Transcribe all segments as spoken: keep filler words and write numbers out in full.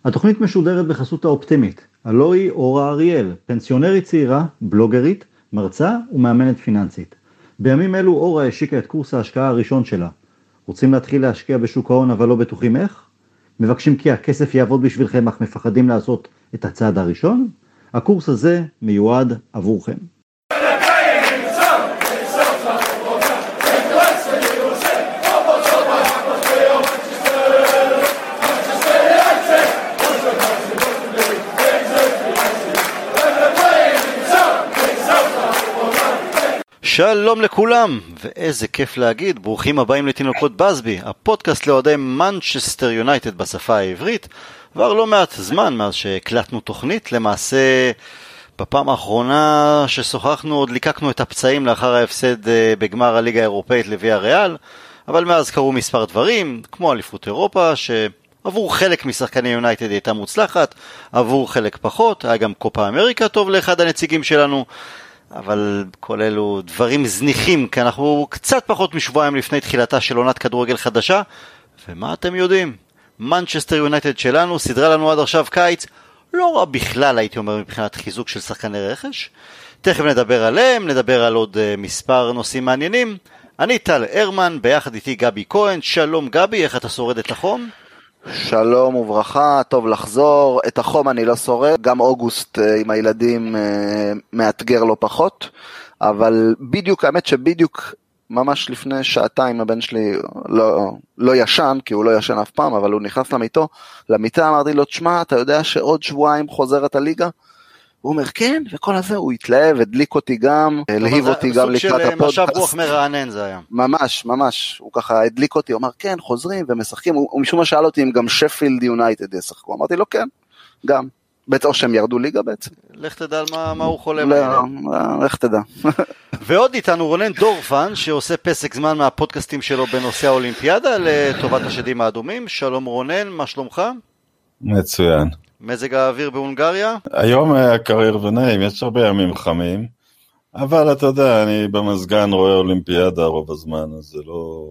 התוכנית משודרת בחסות האופטימית. הלוא היא אורה אריאל, פנסיונרית צעירה, בלוגרית, מרצה ומאמנת פיננסית. בימים אלו אורה השיקה את קורס ההשקעה הראשון שלה. רוצים להתחיל להשקיע בשוק ההון אבל לא בטוחים איך? מבקשים כי הכסף יעבוד בשבילכם אך מפחדים לעשות את הצעד הראשון? הקורס הזה מיועד עבורכם. שלום לכולם, ואיזה כיף להגיד, ברוכים הבאים לתינוקות בסבי, הפודקאסט לאוהדי מנצ'סטר יונייטד בשפה העברית. כבר לא מעט זמן מאז שהקלטנו תוכנית, למעשה בפעם האחרונה ששוחחנו עוד ליקקנו את הפצעים לאחר ההפסד בגמר הליגה האירופאית לוויה ריאל, אבל מאז קרו מספר דברים, כמו אליפות אירופה, שעבור חלק משחקני יונייטד הייתה מוצלחת, עבור חלק פחות, היה גם קופה אמריקה טוב לאחד הנציגים שלנו, אבל כל אלו דברים זניחים, כי אנחנו קצת פחות משבועיים לפני תחילתה של עונת כדורגל חדשה, ומה אתם יודעים? מנצ'סטר יונייטד שלנו סדרה לנו עד עכשיו קיץ, לא רע בכלל הייתי אומר מבחינת חיזוק של שחקני רכש. תכף נדבר עליהם, נדבר על עוד uh, מספר נושאים מעניינים. אני טל הרמן, ביחד איתי גבי כהן. שלום גבי, איך אתה שורד את החום? שלום וברכה, טוב לחזור. את החום אני לא שורד, גם אוגוסט עם הילדים מאתגר לא פחות, אבל בדיוק, האמת שבדיוק ממש לפני שעתיים הבן שלי לא, לא ישן, כי הוא לא ישן אף פעם, אבל הוא נכנס למיטו, למיטה אמרתי לו, תשמע, אתה יודע שעוד שבועיים חוזרת הליגה? הוא אומר, כן, וכל הזה הוא התלהב, הדליק אותי גם, להיב אותי גם לקראת הפודקאסט. סוג של משב רוח מרענן זה היה. ממש, ממש, הוא ככה הדליק אותי, הוא אמר, כן, חוזרים ומשחקים, הוא משום מה שאל אותי אם גם שפילד יונייטד ישחקו, אמרתי לו, כן, גם, או שהם ירדו ליגה בעצם. לך תדע מה, מה הוא חולם. לך תדע. ועוד איתנו רונן דורפן, שעושה פסק זמן מהפודקאסטים שלו בנושא האולימפיאדה, לטובת השדים האדומים. שלום רונן, מה שלומך? מצוין. מזג האוויר בהונגריה? היום היה קריר ונעים, יש הרבה ימים חמים, אבל אתה יודע, אני במזגן רואה אולימפיאדה רוב הזמן, אז זה לא...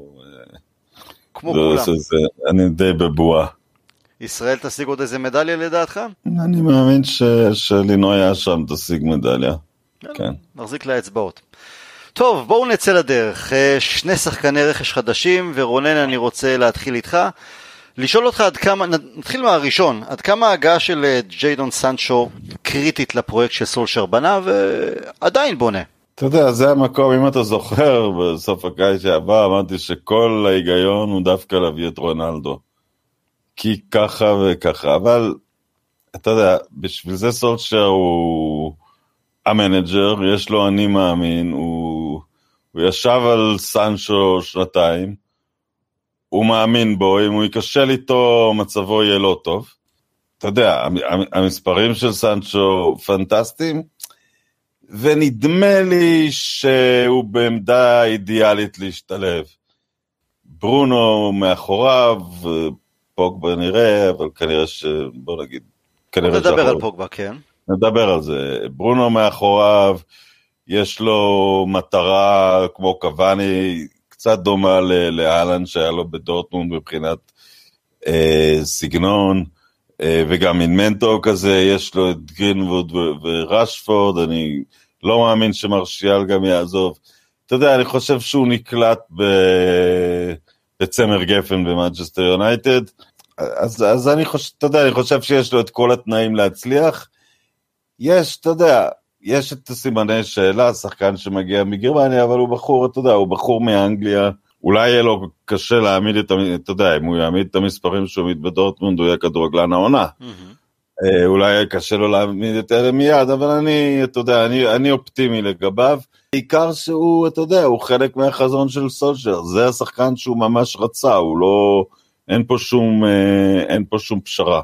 כמו לא, כולם. זה, אני די בבועה. ישראל תשיג עוד איזה מדליה לדעתך? אני מאמין ש, שלינוי אשם תשיג מדליה. כן. נחזיק לאצבעות. טוב, בואו נצא לדרך. שני שחקני רכש חדשים, ורונן אני רוצה להתחיל איתך. לשאול אותך עד כמה, נתחיל מהראשון, עד כמה ההגעה של ג'יידון סנצ'ו קריטית לפרויקט של סולשר בנה, ועדיין בונה. אתה יודע, זה המקום, אם אתה זוכר, בסוף הקיץ שעבר, אמרתי שכל ההיגיון הוא דווקא להביא את רונלדו. כי ככה וככה, אבל אתה יודע, בשביל זה סולשר הוא המנג'ר, יש לו אני מאמין, הוא, הוא ישב על סנצ'ו שנתיים, הוא מאמין בו, אם הוא יקשל איתו, מצבו יהיה לא טוב. אתה יודע, המספרים של סנצ'ו פנטסטיים, ונדמה לי שהוא בעמדה אידיאלית להשתלב. ברונו מאחוריו, פוגבה נראה, אבל כנראה ש... בוא נגיד, כנראה נדבר שאחור... על פוגבה, כן. נדבר על זה. ברונו מאחוריו, יש לו מטרה כמו קוואני, קצת דומה לאלן שהיה לו בדורטמונד מבחינת אה, סגנון, אה, וגם אינמנטו כזה, יש לו את גרינווד ורשפורד, אני לא מאמין שמרשיאל גם יעזוב. אתה יודע, אני חושב שהוא נקלט ב... בצמר גפן במנצ'סטר יונייטד, אז, אז אני חושב, אתה יודע, אני חושב שיש לו את כל התנאים להצליח. יש, אתה יודע, יש את הסימני שאלה, שחקן שמגיע מגרמניה, אבל הוא בחור, אתה יודע, הוא בחור מאנגליה, אולי יהיה לו קשה להעמיד את, אתה יודע, אם הוא יעמיד את המספרים שהוא עמיד בדורטמונד, הוא יהיה כדורגלן העונה. Mm-hmm. אולי יהיה קשה לו להעמיד את אלה מיד, אבל אני, אתה יודע, אני, אני אופטימי לגביו, בעיקר שהוא, אתה יודע, הוא חלק מהחזון של סולשר, זה השחקן שהוא ממש רצה, הוא לא, אין פה שום, אין פה שום פשרה.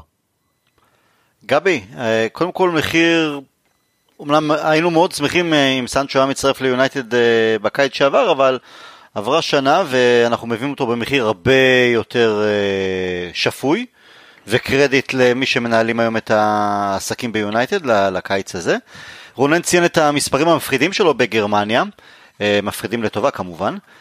גבי, קודם כל מחיר, אומנם היינו מאוד שמחים אם סנצ'ו היה מצטרף ליונייטד בקיץ שעבר, אבל עברה שנה ואנחנו מביאים אותו במחיר הרבה יותר שפוי, וקרדיט למי שמנהלים היום את העסקים ביונייטד לקיץ הזה. רונן ציין את המספרים המפחידים שלו בגרמניה, מפחידים לטובה כמובן.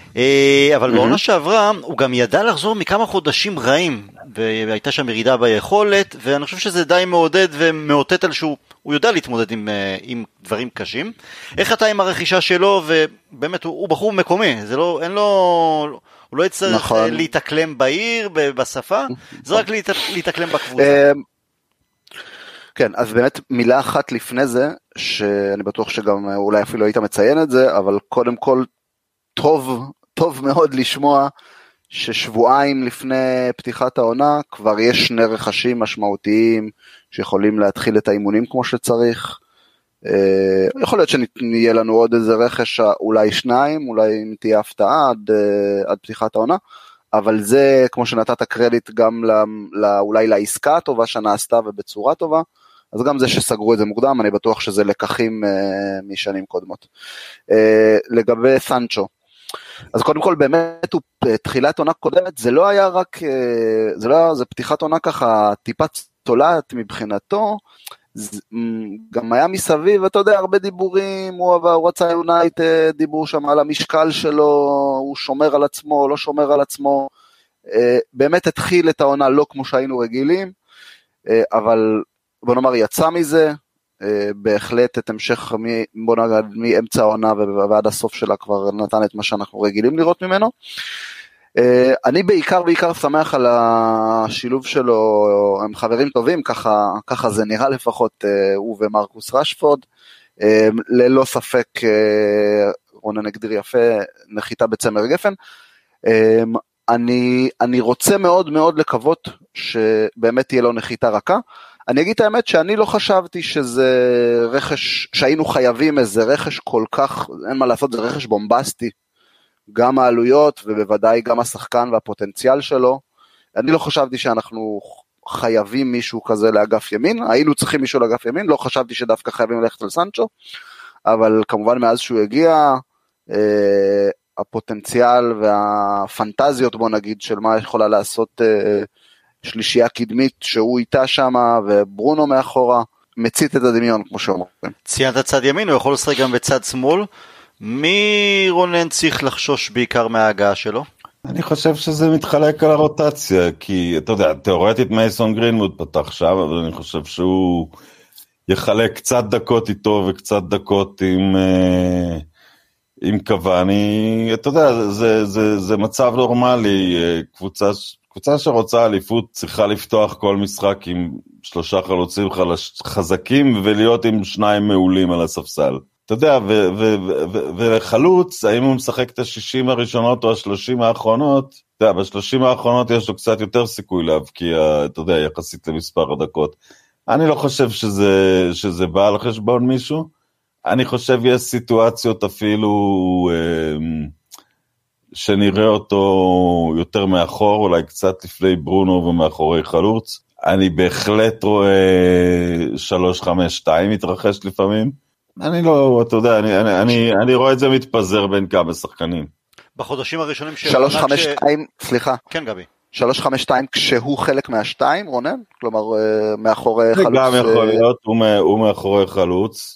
אבל בעונה שעברה הוא גם ידע לחזור מכמה חודשים רעים, והייתה שם ירידה ביכולת, ואני חושב שזה די מעודד ומאותת על שהוא יודע להתמודד עם, עם דברים קשים. איך אתה עם הרכישה שלו, ובאמת הוא, הוא בחור מקומי, זה לא, אין לו, הוא לא יצטרך נכון. להתאקלם בעיר, בשפה, זה רק להת, להתאקלם בקבוצה. כן, אז באמת מילה אחת לפני זה, שאני בטוח שגם אולי אפילו היית מציין את זה, אבל קודם כל טוב, טוב מאוד לשמוע ששבועיים לפני פתיחת העונה כבר יש שני רכשים משמעותיים שיכולים להתחיל את האימונים כמו שצריך. יכול להיות שנהיה לנו עוד איזה רכש, אולי שניים, אולי אם תהיה הפתעה עד, עד פתיחת העונה, אבל זה כמו שנתת קרדיט גם לא, אולי לעסקה הטובה שנעשתה ובצורה טובה, אז גם זה שסגרו את זה מוקדם, אני בטוח שזה לקחים uh, משנים קודמות. Uh, לגבי סנצ'ו, אז קודם כל באמת הוא תחילת עונה קודמת, זה לא היה רק, uh, זה לא היה, זה פתיחת עונה ככה טיפה צולעת מבחינתו, זה, גם היה מסביב, אתה יודע, הרבה דיבורים, הוא, הוא רצה יונייטד, דיבור שם על המשקל שלו, הוא שומר על עצמו, לא שומר על עצמו, uh, באמת התחיל את העונה לא כמו שהיינו רגילים, uh, אבל בוא נאמר יצא מזה, בהחלט את המשך, בוא נגיד, מאמצע העונה ועד הסוף שלה כבר נתן את מה שאנחנו רגילים לראות ממנו. אני בעיקר בעיקר שמח על השילוב שלו, הם חברים טובים, ככה, ככה זה נראה לפחות, הוא ומרקוס רשפורד, ללא ספק רונן הגדיר יפה, נחיתה בצמר גפן. אני, אני רוצה מאוד מאוד לקוות שבאמת תהיה לו נחיתה רכה, אני אגיד את האמת שאני לא חשבתי שזה רכש, שהיינו חייבים איזה רכש כל כך, אין מה לעשות, זה רכש בומבסטי, גם העלויות ובוודאי גם השחקן והפוטנציאל שלו, אני לא חשבתי שאנחנו חייבים מישהו כזה לאגף ימין, היינו צריכים מישהו לאגף ימין, לא חשבתי שדווקא חייבים ללכת על סנצ'ו, אבל כמובן מאז שהוא הגיע, אה, הפוטנציאל והפנטזיות בוא נגיד של מה יכולה לעשות אה, שלישייה קדמית שהוא איתה שם וברונו מאחורה, מצית את הדמיון כמו שאומרים. ציינת צד ימין, הוא יכול לשחק גם בצד שמאל, מי רונן צריך לחשוש בעיקר מההגעה שלו? אני חושב שזה מתחלק על הרוטציה, כי אתה יודע, תיאורטית מייסון גרינווד פתח שם, אבל אני חושב שהוא יחלק קצת דקות איתו וקצת דקות עם, עם קוואני, אתה יודע, זה, זה, זה מצב נורמלי, קבוצה, קבוצה שרוצה אליפות צריכה לפתוח כל משחק עם שלושה חלוצים חזקים ולהיות עם שניים מעולים על הספסל. אתה יודע, ולחלוץ, האם הוא משחק את ה-שישים הראשונות או ה-שלושים האחרונות, אתה יודע, ב-שלושים האחרונות יש לו קצת יותר סיכוי להבקיע, אתה יודע, יחסית למספר הדקות. אני לא חושב שזה, שזה בא על חשבון מישהו, אני חושב יש סיטואציות אפילו שנראה אותו יותר מאחור, אולי קצת לפני ברונו ומאחורי חלוץ. אני בהחלט רואה שלוש חמש שתיים מתרחש לפעמים, אני לא, אתה יודע, אני, אני, אני, אני רואה את זה מתפזר בין כמה שחקנים. בחודשים הראשונים של... שלוש חמש שתיים, ש... סליחה. כן, גבי. שלוש חמש שתיים כשהוא חלק מהשתיים, רונן? כלומר, מאחורי חלוץ... גם יכול להיות, הוא מאחורי חלוץ.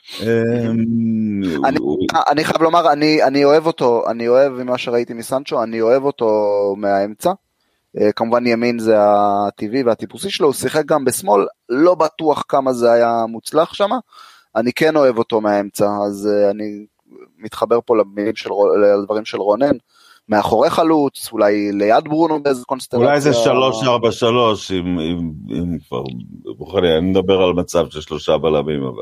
אני חייב לומר, אני אוהב אותו, אני אוהב ממה שראיתי מסנצ'ו, אני אוהב אותו מהאמצע. כמובן ימין זה הטבעי והטיפוסי שלו, הוא שיחק גם בשמאל, לא בטוח כמה זה היה מוצלח שם. אני כן אוהב אותו מהאמצע, אז uh, אני מתחבר פה למילים של, לדברים של רונן, מאחורי חלוץ, אולי ליד ברונו באיזה קונסטלציה. אולי זה שלוש ארבע שלוש, אם, אם, אם כבר, בוחרי, אני מדבר על מצב של שלושה בלמים, אבל.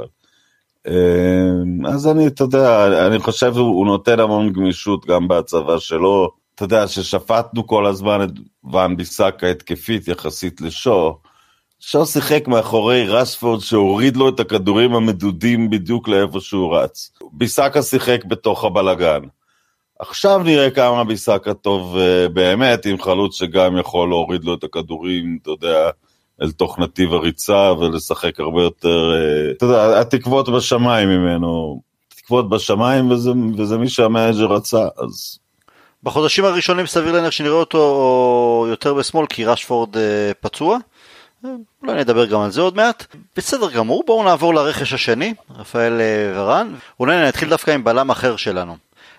אז אני, אתה יודע, אני חושב הוא נותן המון גמישות גם בהצבה שלו, אתה יודע ששפטנו כל הזמן את ואן ביסאקה התקפית יחסית לשו, שו שיחק מאחורי רשפורד שהוריד לו את הכדורים המדודים בדיוק לאיפה שהוא רץ. ביסאקה שיחק בתוך הבלגן. עכשיו נראה כמה ביסאקה טוב uh, באמת, עם חלוץ שגם יכול להוריד לו את הכדורים, אתה יודע, אל תוך נתיב הריצה ולשחק הרבה יותר, uh, אתה יודע, התקוות בשמיים ממנו, תקוות בשמיים וזה, וזה מי שהמאג'ר רצה, אז... בחודשים הראשונים סביר להניח שנראה אותו יותר בשמאל, כי רשפורד uh, פצוע, אולי נדבר גם על זה עוד מעט. בסדר גמור, בואו נעבור לרכש השני, רפאל ורן. אולי נתחיל דווקא עם בלם אחר שלנו.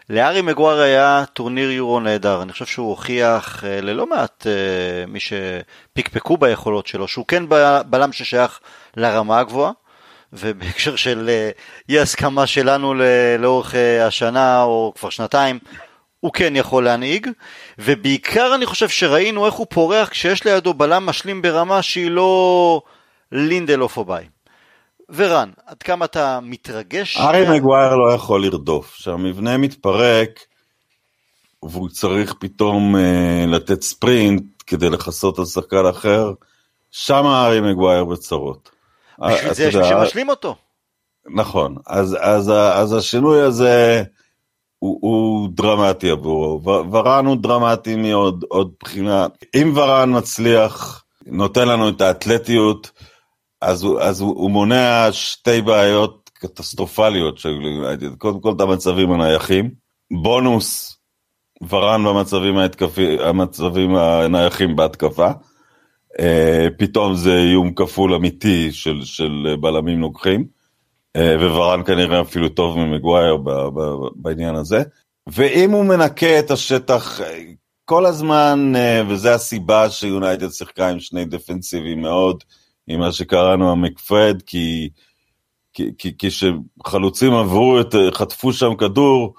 לארי מגואר היה טורניר יורו נהדר, אני חושב שהוא הוכיח ללא מעט מי שפיקפקו ביכולות שלו, שהוא כן בלם ששייך לרמה הגבוהה, ובהקשר של אי הסכמה שלנו לאורך השנה או כבר שנתיים, הוא כן יכול להנהיג, ובעיקר אני חושב שראינו איך הוא פורח כשיש לידו בלם משלים ברמה שהיא לא לינדלוף או ביי. ורן, עד כמה אתה מתרגש? ארי מגווייר לא יכול לרדוף, שהמבנה מתפרק, והוא צריך פתאום אה, לתת ספרינט כדי לחסות על שחקן אחר, שם ארי מגווייר בצרות. בשביל זה יש מי שמשלים אותו. נכון, אז, אז, אז השינוי הזה הוא, הוא דרמטי עבורו, ורן הוא דרמטי מעוד עוד בחינה. אם ורן מצליח, נותן לנו את האתלטיות, אז, הוא, אז הוא, הוא מונע שתי בעיות קטסטרופליות, קודם כל את המצבים הנייחים, בונוס ורן במצבים ההתקפי, המצבים הנייחים בהתקפה, פתאום זה איום כפול אמיתי של, של בלמים נוגחים, וורן כנראה אפילו טוב ממגווייר בעניין הזה, ואם הוא מנקה את השטח כל הזמן, וזה הסיבה שיונייטד שיחקה עם שני דפנסיבים מאוד, עם מה שקראנו המקפרד, כי, כי, כי, כי שחלוצים עברו, את, חטפו שם כדור,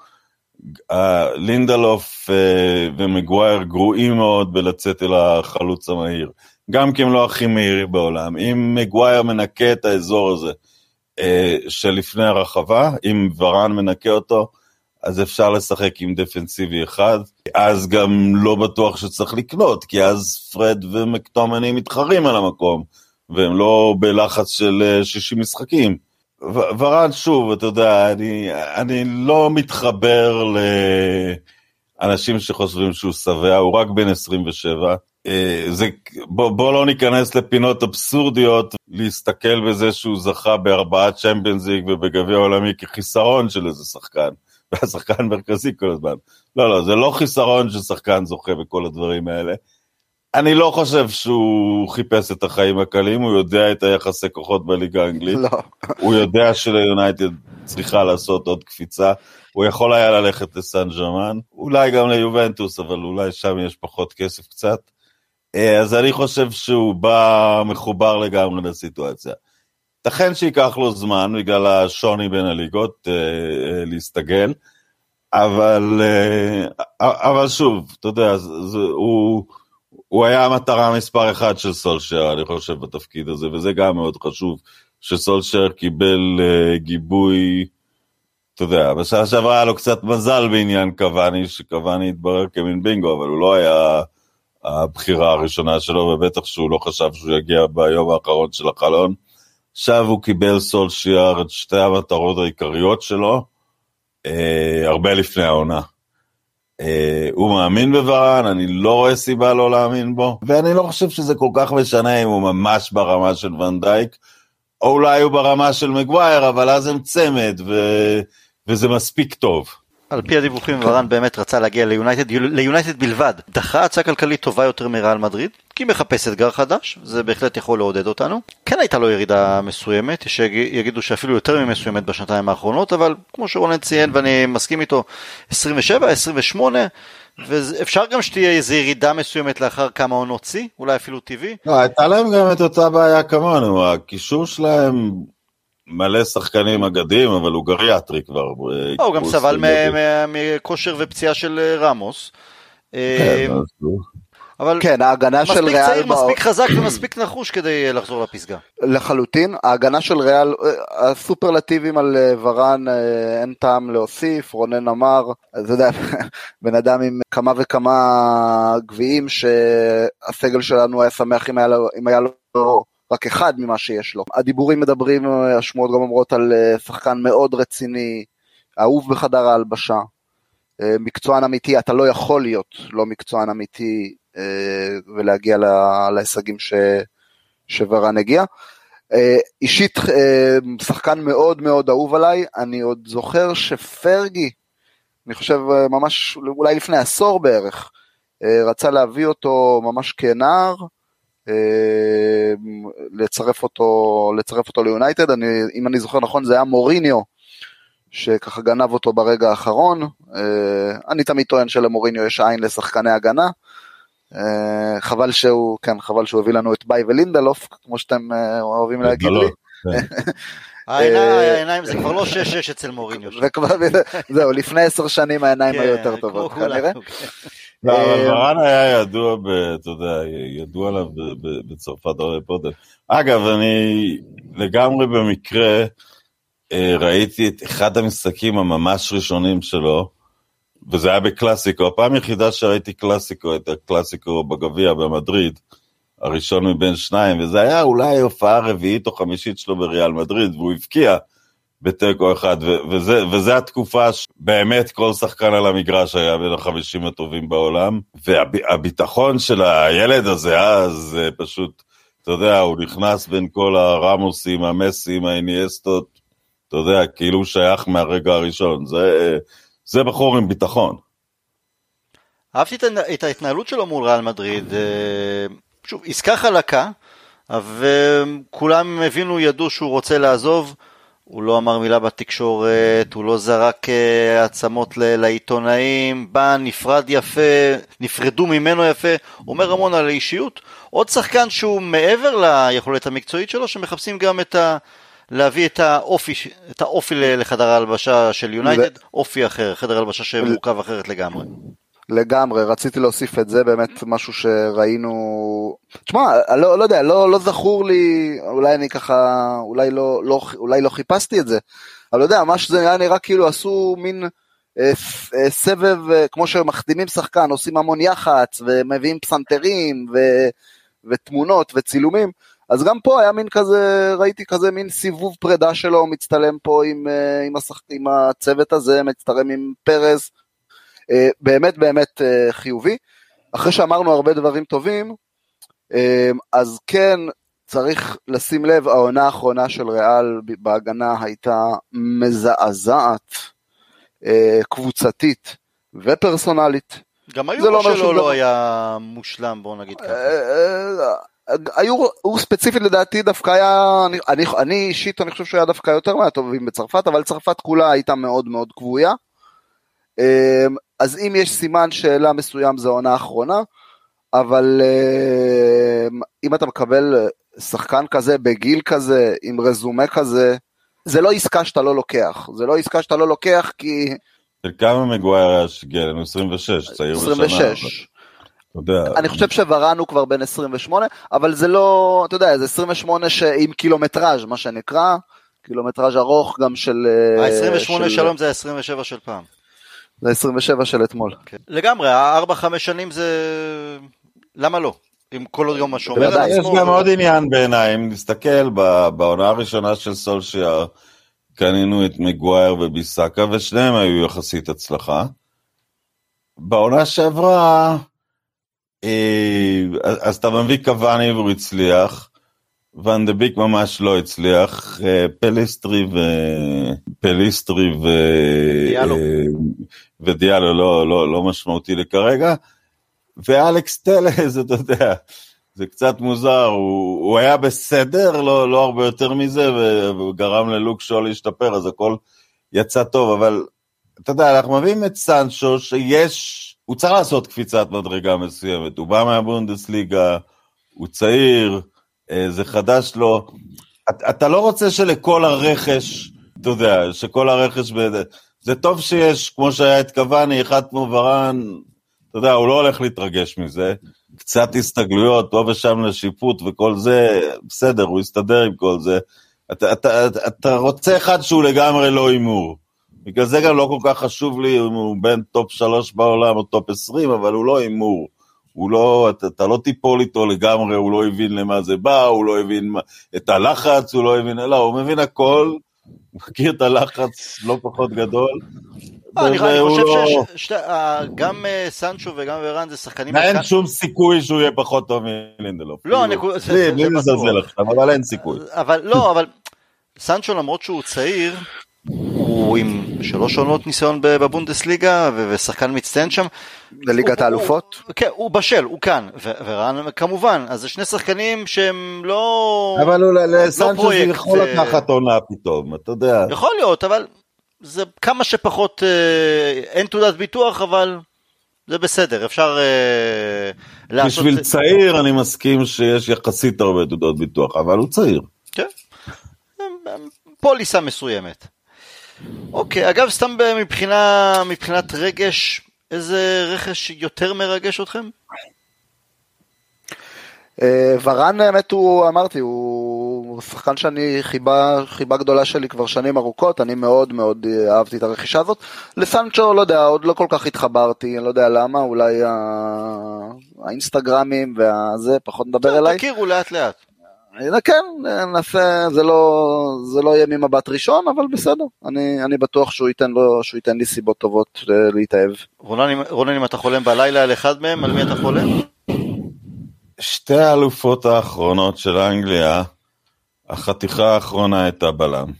לינדלוף ומגווייר גרועים מאוד בלצאת אל החלוץ המהיר, גם כי הם לא הכי מהירים בעולם. אם מגווייר מנקה את האזור הזה שלפני הרחבה, אם ורן מנקה אותו, אז אפשר לשחק עם דפנסיבי אחד, אז גם לא בטוח שצריך לקנות, כי אז פרד ומקטומני מתחרים על המקום, והם לא בלחץ של שישים משחקים. ורן שוב, אתה יודע, אני, אני לא מתחבר לאנשים שחושבים שהוא שבע, הוא רק בן עשרים ושבע, זה, בוא, בוא לא ניכנס לפינות אבסורדיות, להסתכל בזה שהוא זכה בארבעה צ'מפיונס ליג ובגביע העולמי כחיסרון של איזה שחקן, והשחקן מרכזי כל הזמן. לא, לא, זה לא חיסרון ששחקן זוכה בכל הדברים האלה. אני לא חושב שהוא חיפש את החיים הקלים, הוא יודע את היחסי כוחות בליגה האנגלית, לא. הוא יודע שליונייטד צריכה לעשות עוד קפיצה, הוא יכול היה ללכת לסן ג'רמן, אולי גם ליובנטוס, אבל אולי שם יש פחות כסף קצת, אז אני חושב שהוא בא מחובר לגמרי לסיטואציה. תכן שיקח לו זמן, בגלל השוני בין הליגות, להסתגל, אבל, אבל שוב, אתה יודע, זה, הוא... הוא היה המטרה מספר אחד של סולשר, אני חושב, בתפקיד הזה, וזה גם מאוד חשוב, שסולשר קיבל uh, גיבוי, אתה יודע, בשעה שעברה היה לו קצת מזל בעניין קוואני, שקוואני התברר כמין בינגו, אבל הוא לא היה הבחירה הראשונה שלו, ובטח שהוא לא חשב שהוא יגיע ביום האחרון של החלון. עכשיו הוא קיבל סולשר את שתי המטרות העיקריות שלו, uh, הרבה לפני העונה. Uh, הוא מאמין בוורן, אני לא רואה סיבה לא להאמין בו, ואני לא חושב שזה כל כך משנה אם הוא ממש ברמה של ון דייק, או אולי הוא ברמה של מגווייר, אבל אז הם צמד, ו... וזה מספיק טוב. על פי הדיווחים, ורן באמת רצה להגיע ליונייטד, ליונייטד בלבד. דחה הצעה כלכלית טובה יותר מריאל מדריד, כי מחפש אתגר חדש, זה בהחלט יכול לעודד אותנו. כן הייתה לו ירידה מסוימת, יש שיגידו שאפילו יותר ממסוימת בשנתיים האחרונות, אבל כמו שרונן ציין, ואני מסכים איתו, עשרים ושבע, עשרים ושמונה, ואפשר גם שתהיה איזו ירידה מסוימת לאחר כמה עונות צי, אולי אפילו טבעי. לא, הייתה להם גם את אותה בעיה כמונו, הקישור שלהם מלא שחקנים אגדים, אבל הוא גריאטרי כבר. הוא גם סבל מכושר ופציעה של רמוס. אבל כן, ההגנה של ריאל... מספיק צעיר, מספיק חזק ומספיק נחוש כדי לחזור לפסגה. לחלוטין, ההגנה של ריאל, הסופרלטיבים על ורן, אין טעם להוסיף, רונן אמר, אתה יודע, בן אדם עם כמה וכמה גביעים, שהסגל שלנו היה שמח אם היה לו רק אחד ממה שיש לו. הדיבורים מדברים, השמועות גם אומרות על שחקן מאוד רציני, אהוב בחדר ההלבשה, מקצוען אמיתי, אתה לא יכול להיות לא מקצוען אמיתי, ולהגיע להישגים ש... שוורן הגיע. אישית, שחקן מאוד מאוד אהוב עליי, אני עוד זוכר שפרגי, אני חושב ממש, אולי לפני עשור בערך, רצה להביא אותו ממש כנער, לצרף אותו, לצרף אותו ליונייטד, אני, אם אני זוכר נכון, זה היה מוריניו, שככה גנב אותו ברגע האחרון. אני תמיד טוען שלמוריניו יש עין לשחקני הגנה, חבל שהוא, כן, חבל שהוא הביא לנו את ביי ולינדלוף, כמו שאתם אוהבים להגיד לי. העיניים זה כבר לא שש שש אצל מוריניו. זהו, לפני עשר שנים העיניים היו יותר טובות, כנראה. אבל ורן היה ידוע, אתה יודע, ידוע עליו בצרפת פוטל. אגב, אני לגמרי במקרה ראיתי את אחד המשחקים הממש ראשונים שלו, וזה היה בקלאסיקו. הפעם היחידה שראיתי קלאסיקו, את הקלאסיקו בגביע במדריד, הראשון מבין שניים, וזה היה אולי הופעה רביעית או חמישית שלו בריאל מדריד, והוא הבקיע בטקו אחד, וזה, וזה התקופה שבאמת כל שחקן על המגרש היה בין החמישים הטובים בעולם, והביטחון של הילד הזה אז פשוט, אתה יודע, הוא נכנס בין כל הרמוסים, המסים, האיניאסטות, אתה יודע, כאילו הוא שייך מהרגע הראשון, זה, זה בחור עם ביטחון. אהבתי את ההתנהלות שלו מול ריאל מדריד, שוב, עסקה חלקה, וכולם הבינו, ידעו שהוא רוצה לעזוב, הוא לא אמר מילה בתקשורת, הוא לא זרק עצמות לעיתונאים, בא, נפרד יפה, נפרדו ממנו יפה, אומר המון על האישיות. עוד שחקן שהוא מעבר ליכולת המקצועית שלו, שמחפשים גם את ה... להביא את האופי, את האופי לחדר ההלבשה של יונייטד, ו... אופי אחר, חדר ההלבשה שמורכב אחרת לגמרי. לגמרי, רציתי להוסיף את זה, באמת משהו שראינו, תשמע, לא, לא יודע, לא, לא זכור לי, אולי אני ככה, אולי לא, לא, אולי לא חיפשתי את זה, אבל לא יודע, מה שזה היה נראה כאילו עשו מין אה, אה, סבב, אה, כמו שמחתימים שחקן, עושים המון יחץ, ומביאים פסנתרים, ו, ותמונות, וצילומים, אז גם פה היה מין כזה, ראיתי כזה מין סיבוב פרידה שלו, מצטלם פה עם, אה, עם, השח, עם הצוות הזה, מצטלם עם פרז, באמת באמת חיובי. אחרי שאמרנו הרבה דברים טובים, אז כן צריך לשים לב, העונה האחרונה של ריאל בהגנה הייתה מזעזעת, קבוצתית ופרסונלית. גם היורו שלו לא היה מושלם, בוא נגיד ככה. היורו, הוא ספציפית לדעתי דווקא היה, אני, אני אישית אני חושב שהוא היה דווקא יותר מהטובים בצרפת, אבל צרפת כולה הייתה מאוד מאוד קבויה. אז אם יש סימן שאלה מסוים זה העונה האחרונה, אבל אם אתה מקבל שחקן כזה בגיל כזה, עם רזומה כזה, זה לא עסקה שאתה לא לוקח, זה לא עסקה שאתה לא לוקח כי... של כמה מגווייר היה שגיע לנו? עשרים ושש, צעיר בשנה. עשרים ושש. אני חושב שוורן הוא כבר בין עשרים ושמונה, אבל זה לא, אתה יודע, זה עשרים ושמונה עם קילומטראז' מה שנקרא, קילומטראז' ארוך גם של... ה-עשרים ושמונה שלום זה ה-עשרים ושבע של פעם. זה עשרים ושבע של אתמול. לגמרי, ה-ארבע חמש שנים זה... למה לא? עם כל עוד גם השומר על עצמו. יש גם עוד עניין בעיניי, אם נסתכל בעונה הראשונה של סולשייר, קנינו את מגווייר וביסקה, ושניהם היו יחסית הצלחה. בעונה שעברה, אז אתה מביא קוואני והוא הצליח, ואן דה ביק ממש לא הצליח, פליסטרי ו... פליסטרי ו... דיאלו. ודיאלו לא, לא, לא משמעותי לכרגע, ואלכס טלז, אתה יודע, זה קצת מוזר, הוא, הוא היה בסדר, לא, לא הרבה יותר מזה, וגרם ללוק שואו להשתפר, אז הכל יצא טוב, אבל אתה יודע, אנחנו מביאים את סנצ'ו, שיש, הוא צריך לעשות קפיצת מדרגה מסוימת, הוא בא מהבונדסליגה, הוא צעיר, זה חדש לו, אתה לא רוצה שלכל הרכש, אתה יודע, שכל הרכש, זה טוב שיש, כמו שהיה את קוואני, אחד כמו ורן, אתה יודע, הוא לא הולך להתרגש מזה, קצת הסתגלויות, פה ושם לשיפוט וכל זה, בסדר, הוא יסתדר עם כל זה, אתה, אתה, אתה רוצה אחד שהוא לגמרי לא אימור, בגלל זה גם לא כל כך חשוב לי, אם הוא בין טופ שלוש בעולם או טופ עשרים, אבל הוא לא אימור, הוא לא, אתה, אתה לא טיפול איתו לגמרי, הוא לא הבין למה זה בא, הוא לא הבין את הלחץ, הוא לא הבין, לא, הוא מבין הכל, הוא מכיר את הלחץ לא פחות גדול. אני חושב שגם סנצ'ו וגם ורן זה שחקנים... אין שום סיכוי שהוא יהיה פחות טוב מלינדלוף. לא, זה מזלזל עכשיו, אבל אין סיכוי. אבל לא, אבל סנצ'ו למרות שהוא צעיר, הוא עם שלוש עונות ניסיון בבונדסליגה, ושחקן מצטיין שם. לליגת האלופות? כן, הוא בשל, הוא כאן, ורן כמובן, אז זה שני שחקנים שהם לא... אבל לסנצ'ו זה יכול לקחת עונה פתאום, אתה יודע. יכול להיות, אבל זה כמה שפחות, אין תעודת ביטוח, אבל זה בסדר, אפשר לעשות... בשביל צעיר אני מסכים שיש יחסית הרבה תעודות ביטוח, אבל הוא צעיר. כן, פוליסה מסוימת. אוקיי, אגב, סתם מבחינה, מבחינת רגש, איזה רכש יותר מרגש אתכם? ורן, האמת הוא, אמרתי, הוא שחקן שאני חיבה, חיבה גדולה שלי כבר שנים ארוכות, אני מאוד מאוד אהבתי את הרכישה הזאת. לסנצ'ו, לא יודע, עוד לא כל כך התחברתי, אני לא יודע למה, אולי האינסטגרמים והזה, פחות מדבר אליי. תכירו לאט לאט. כן, נעשה, זה לא, זה לא יהיה ממבט ראשון, אבל בסדר, אני, אני בטוח שהוא ייתן לו, שהוא ייתן לי סיבות טובות להתאהב. רונן, רונן, אם אתה חולם בלילה על אחד מהם, על מי אתה חולם? שתי האלופות האחרונות של אנגליה, החתיכה האחרונה הייתה בלם.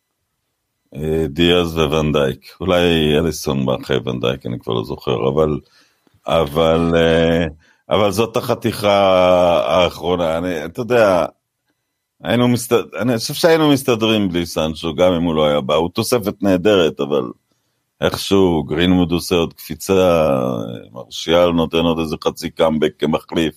דיאז וונדייק. אולי אליסון מאחרי וונדייק, אני כבר לא זוכר, אבל, אבל, אבל זאת החתיכה האחרונה. אני, אתה יודע, היינו מסתד... אני חושב שהיינו מסתדרים בלי סנצ'ו, גם אם הוא לא היה בא. הוא תוספת נהדרת, אבל איכשהו, גרינמוד עושה עוד קפיצה, מרשיאל נותן עוד איזה חצי קאמבק כמחליף.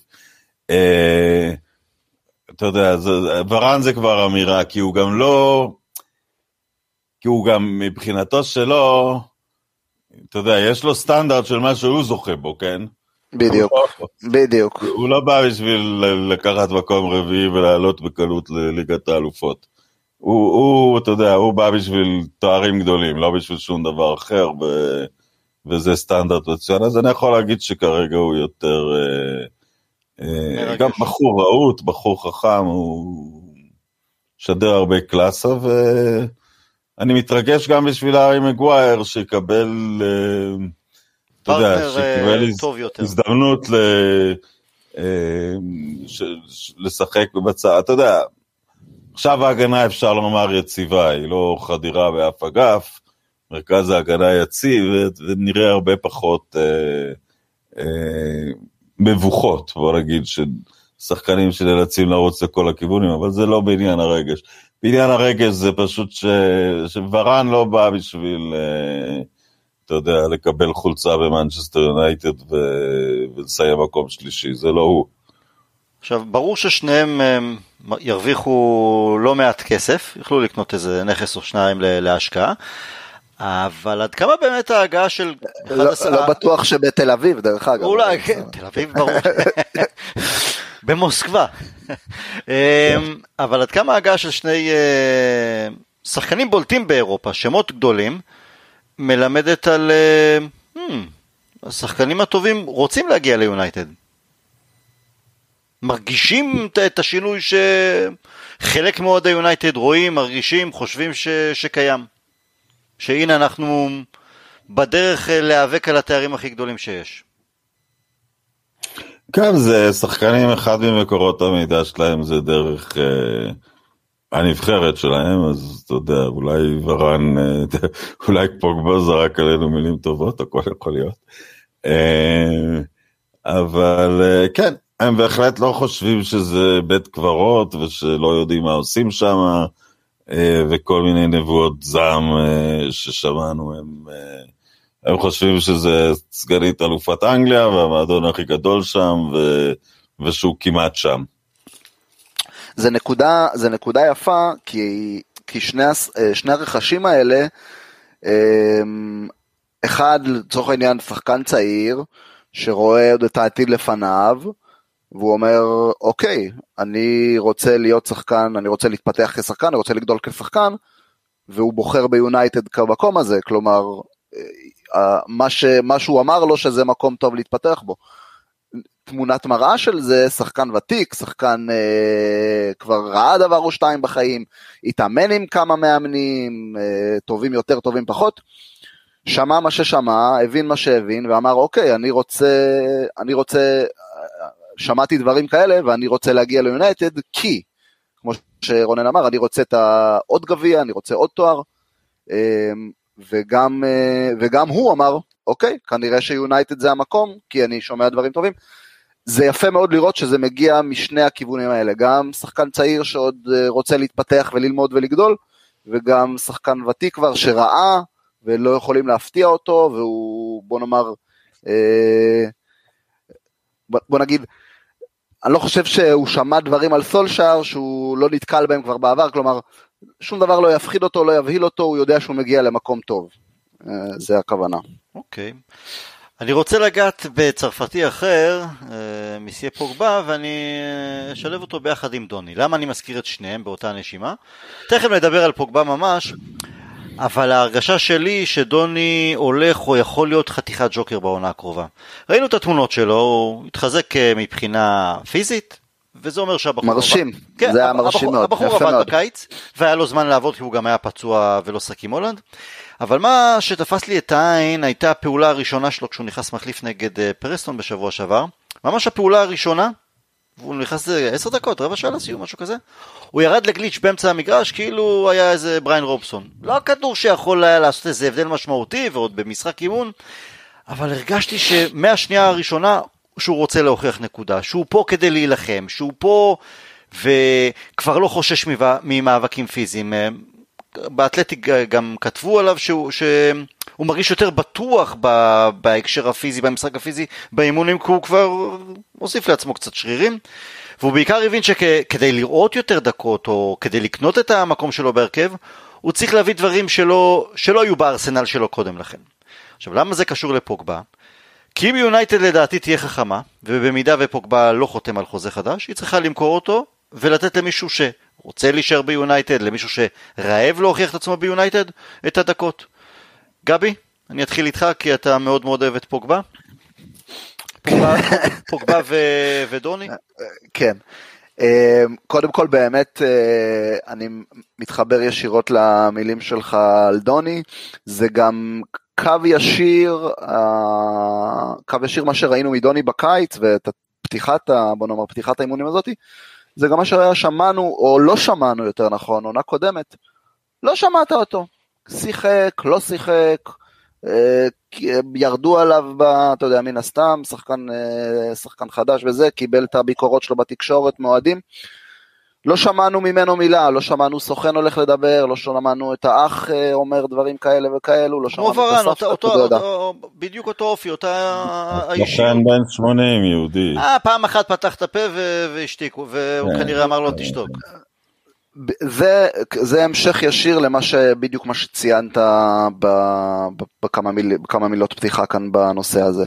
אתה יודע, ורן זה כבר אמירה, כי הוא גם לא, כי הוא גם מבחינתו שלו, אתה יודע, יש לו סטנדרט של מה שהוא זוכה בו, כן? בדיוק, בדיוק. הוא לא בא בשביל לקחת מקום רביעי ולעלות בקלות לליגת האלופות. הוא, הוא, אתה יודע, הוא בא בשביל תוארים גדולים, לא בשביל שום דבר אחר, וזה סטנדרט מצוין. אז אני יכול להגיד שכרגע הוא יותר... גם בחור רעות, בחור חכם, הוא שדר הרבה קלאסה, ואני מתרגש גם בשביל הארי מגווייר, שיקבל, אתה יודע, שיקבל הזדמנות לשחק בבצע, אתה יודע, עכשיו ההגנה אפשר לומר יציבה, היא לא חדירה באף אגף, מרכז ההגנה יציב, ונראה הרבה פחות... מבוכות, בוא נגיד, ששחקנים שנאלצים לרוץ לכל הכיוונים, אבל זה לא בעניין הרגש. בעניין הרגש זה פשוט ש... שוורן לא בא בשביל, אתה יודע, לקבל חולצה במנצ'סטר יונייטד ו... ולסיים מקום שלישי, זה לא הוא. עכשיו, ברור ששניהם ירוויחו לא מעט כסף, יוכלו לקנות איזה נכס או שניים להשקעה, אבל עד כמה באמת ההגעה של... לא בטוח שבתל אביב, דרך אגב. אולי, כן, תל אביב ברור. במוסקבה. אבל עד כמה ההגעה של שני שחקנים בולטים באירופה, שמות גדולים, מלמדת על... השחקנים הטובים רוצים להגיע ליונייטד. מרגישים את השינוי שחלק מאוד היונייטד רואים, מרגישים, חושבים שקיים. שהנה אנחנו בדרך להיאבק על התארים הכי גדולים שיש. כן, זה שחקנים, אחד ממקורות המידע שלהם זה דרך אה, הנבחרת שלהם, אז אתה יודע, אולי ורן, אה, אולי פוגבה זרק עלינו מילים טובות, הכל יכול להיות. אה, אבל אה, כן, הם בהחלט לא חושבים שזה בית קברות, ושלא יודעים מה עושים שם, וכל מיני נבואות זעם ששמענו, הם, הם חושבים שזה סגנית אלופת אנגליה, והמועדון הכי גדול שם, ו, ושהוא כמעט שם. זה נקודה, זה נקודה יפה, כי, כי שני, שני הרכשים האלה, אחד, לצורך העניין, שחקן צעיר, שרואה עוד את העתיד לפניו, והוא אומר, אוקיי, אני רוצה להיות שחקן, אני רוצה להתפתח כשחקן, אני רוצה לגדול כשחקן, והוא בוחר ביונייטד כמקום הזה, כלומר, מה, ש, מה שהוא אמר לו שזה מקום טוב להתפתח בו. תמונת מראה של זה, שחקן ותיק, שחקן אה, כבר ראה דבר או שתיים בחיים, התאמן עם כמה מאמנים, אה, טובים יותר, טובים פחות, שמע מה ששמע, הבין מה שהבין, ואמר, אוקיי, אני רוצה, אני רוצה, שמעתי דברים כאלה, ואני רוצה להגיע ליונייטד, כי, כמו שרונן אמר, אני רוצה את העוד גביע, אני רוצה עוד תואר, וגם, וגם הוא אמר, אוקיי, כנראה שיונייטד זה המקום, כי אני שומע דברים טובים. זה יפה מאוד לראות שזה מגיע משני הכיוונים האלה, גם שחקן צעיר שעוד רוצה להתפתח וללמוד ולגדול, וגם שחקן ותיק כבר שראה ולא יכולים להפתיע אותו, והוא, בוא נאמר, אה, בוא נגיד, אני לא חושב שהוא שמע דברים על סולשר, שהוא לא נתקל בהם כבר בעבר, כלומר, שום דבר לא יפחיד אותו, לא יבהיל אותו, הוא יודע שהוא מגיע למקום טוב. זה הכוונה. אוקיי. אני רוצה לגעת בצרפתי אחר, מסיה פוגבה, ואני אשלב אותו ביחד עם דוני. למה אני מזכיר את שניהם באותה נשימה? תכף נדבר על פוגבה ממש, אבל ההרגשה שלי שדוני הולך או יכול להיות חתיכת ג'וקר בעונה הקרובה. ראינו את התמונות שלו, הוא התחזק מבחינה פיזית, וזה אומר שהבחור... מרשים, עבד... כן, זה היה מרשים מאוד, הבחור יפה עבד מאוד. בקיץ, והיה לו זמן לעבוד כי הוא גם היה פצוע ולא שק עם הולנד, אבל מה שתפס לי את העין הייתה הפעולה הראשונה שלו כשהוא נכנס מחליף נגד פרסטון בשבוע שעבר, ממש הפעולה הראשונה, והוא נכנס עשר דקות, רבע שעה לסיום, משהו כזה, הוא ירד לגליץ' באמצע המגרש כאילו היה איזה בריין רובסון, לא הכדור שיכול היה לעשות איזה הבדל משמעותי ועוד במשחק אימון, אבל הרגשתי שמהשנייה הראשונה שהוא רוצה להוכיח נקודה, שהוא פה כדי להילחם, שהוא פה וכבר לא חושש ממאבקים פיזיים. באתלטיק גם כתבו עליו שהוא, שהוא מרגיש יותר בטוח בהקשר הפיזי, במשחק הפיזי, באימונים, כי הוא כבר מוסיף לעצמו קצת שרירים, והוא בעיקר הבין שכדי לראות יותר דקות, או כדי לקנות את המקום שלו בהרכב, הוא צריך להביא דברים שלא, שלא היו בארסנל שלו קודם לכן. עכשיו, למה זה קשור לפוגבה? כי אם יונייטד לדעתי תהיה חכמה, ובמידה ופוגבה לא חותם על חוזה חדש, היא צריכה למכור אותו, ולתת למישהו שרוצה להישאר ביונייטד, למישהו שרעב להוכיח את עצמו ביונייטד, את הדקות. גבי, אני אתחיל איתך, כי אתה מאוד מאוד אוהב את פוגבה. פוגבה, פוגבה ו... ודוני? כן. קודם כל באמת, אני מתחבר ישירות למילים שלך על דוני, זה גם... קו ישיר, קו ישיר מה שראינו מדוני בקיץ, ואת פתיחת, בוא נאמר, פתיחת האימונים הזאת, זה גם מה ששמענו, או לא שמענו יותר נכון, עונה קודמת, לא שמעת אותו, שיחק, לא שיחק, ירדו עליו, אתה יודע, מן הסתם, שחקן, שחקן חדש וזה, קיבל את הביקורות שלו בתקשורת, מועדים, לא שמענו ממנו מילה, לא שמענו סוכן הולך לדבר, לא שמענו את האח אומר דברים כאלה וכאלו, לא שמענו את הסבתא, בדיוק אותו אופי, אותה האישיות. שחקן בן שמונים יהודי. אה, פעם אחת פתח את הפה והשתיקו, והוא כנראה אמר לו תשתוק. זה המשך ישיר למה שבדיוק מה שציינת בכמה מילות פתיחה כאן בנושא הזה.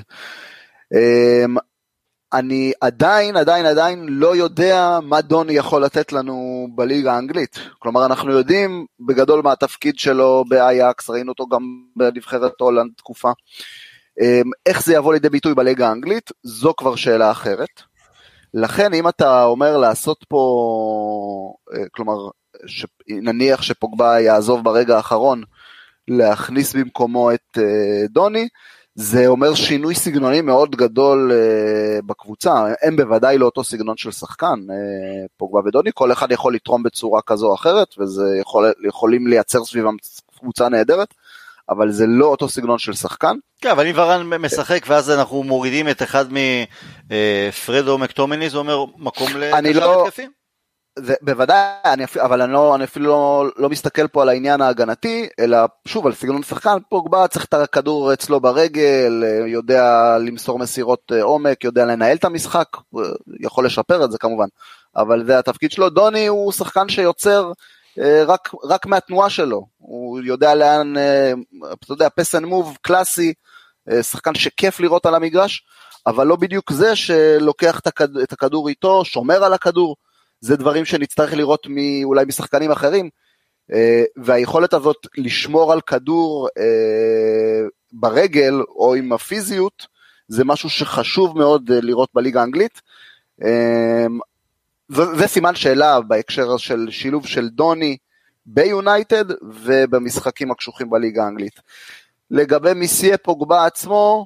אני עדיין, עדיין, עדיין לא יודע מה דוני יכול לתת לנו בליגה האנגלית. כלומר, אנחנו יודעים בגדול מה התפקיד שלו באייקס, ראינו אותו גם בנבחרת הולנד תקופה. איך זה יבוא לידי ביטוי בליגה האנגלית, זו כבר שאלה אחרת. לכן, אם אתה אומר לעשות פה, כלומר, נניח שפוגבה יעזוב ברגע האחרון, להכניס במקומו את דוני, זה אומר שינוי סגנוני מאוד גדול uh, בקבוצה, הם בוודאי לא אותו סגנון של שחקן, uh, פוגבה ודוני, כל אחד יכול לתרום בצורה כזו או אחרת, וזה יכול, יכולים לייצר סביבם קבוצה נהדרת, אבל זה לא אותו סגנון של שחקן. כן, אבל אם ורן משחק, ואז אנחנו מורידים את אחד מפרדו מקטומני, זה אומר מקום לקשר התקפים? זה, בוודאי, אני, אבל אני, לא, אני אפילו לא, לא מסתכל פה על העניין ההגנתי, אלא שוב על סגנון שחקן, פוגבה צריך את הכדור אצלו ברגל, יודע למסור מסירות עומק, יודע לנהל את המשחק, יכול לשפר את זה כמובן, אבל זה התפקיד שלו. דוני הוא שחקן שיוצר רק, רק מהתנועה שלו, הוא יודע לאן, אתה יודע, פס אנד מוב קלאסי, שחקן שכיף לראות על המגרש, אבל לא בדיוק זה שלוקח את הכדור איתו, שומר על הכדור, זה דברים שנצטרך לראות אולי משחקנים אחרים, והיכולת הזאת לשמור על כדור ברגל או עם הפיזיות, זה משהו שחשוב מאוד לראות בליגה האנגלית, זה סימן שאלה בהקשר של שילוב של דוני ביונייטד ובמשחקים הקשוחים בליגה האנגלית. לגבי מסיה פוגבה עצמו,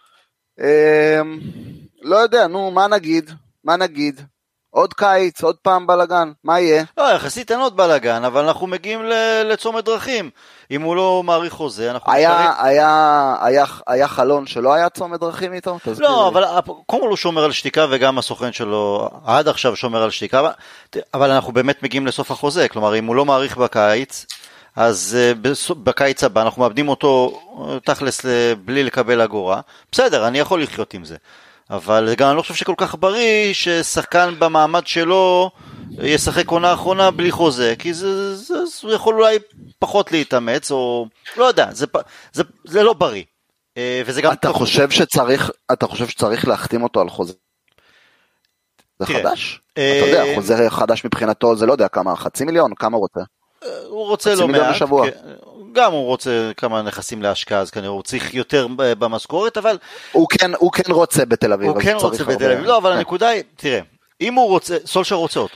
לא יודע, נו, מה נגיד? מה נגיד? עוד קיץ, עוד פעם בלגן, מה יהיה? לא, יחסית אין עוד בלגן, אבל אנחנו מגיעים לצומת דרכים. אם הוא לא מעריך חוזה, אנחנו... היה, היה, היה, היה חלון שלא היה צומת דרכים איתו? לא, אבל קודם כל הוא שומר על שתיקה, וגם הסוכן שלו עד עכשיו שומר על שתיקה, אבל אנחנו באמת מגיעים לסוף החוזה, כלומר, אם הוא לא מעריך בקיץ, אז בקיץ הבא אנחנו מאבדים אותו תכלס בלי לקבל אגורה, בסדר, אני יכול לחיות עם זה, אבל גם אני לא חושב שכל כך בריא ששחקן במעמד שלו ישחק עונה אחרונה בלי חוזה, כי זה, זה, זה יכול אולי פחות להתאמץ, או לא יודע, זה, זה, זה לא בריא. וזה גם אתה חושב שצריך, אתה חושב שצריך להחתים אותו על חוזה? זה חדש? אתה יודע, חוזה חדש מבחינתו, זה לא יודע כמה, חצי מיליון, כמה הוא רוצה? הוא רוצה לא מעט, גם הוא רוצה כמה נכסים להשקעה, אז כנראה הוא צריך יותר במשכורת, אבל... הוא כן, הוא כן רוצה בתל אביב. הוא כן רוצה בתל אביב, לא, אבל הנקודה היא, תראה, אם הוא רוצה, סולשר רוצה אותו,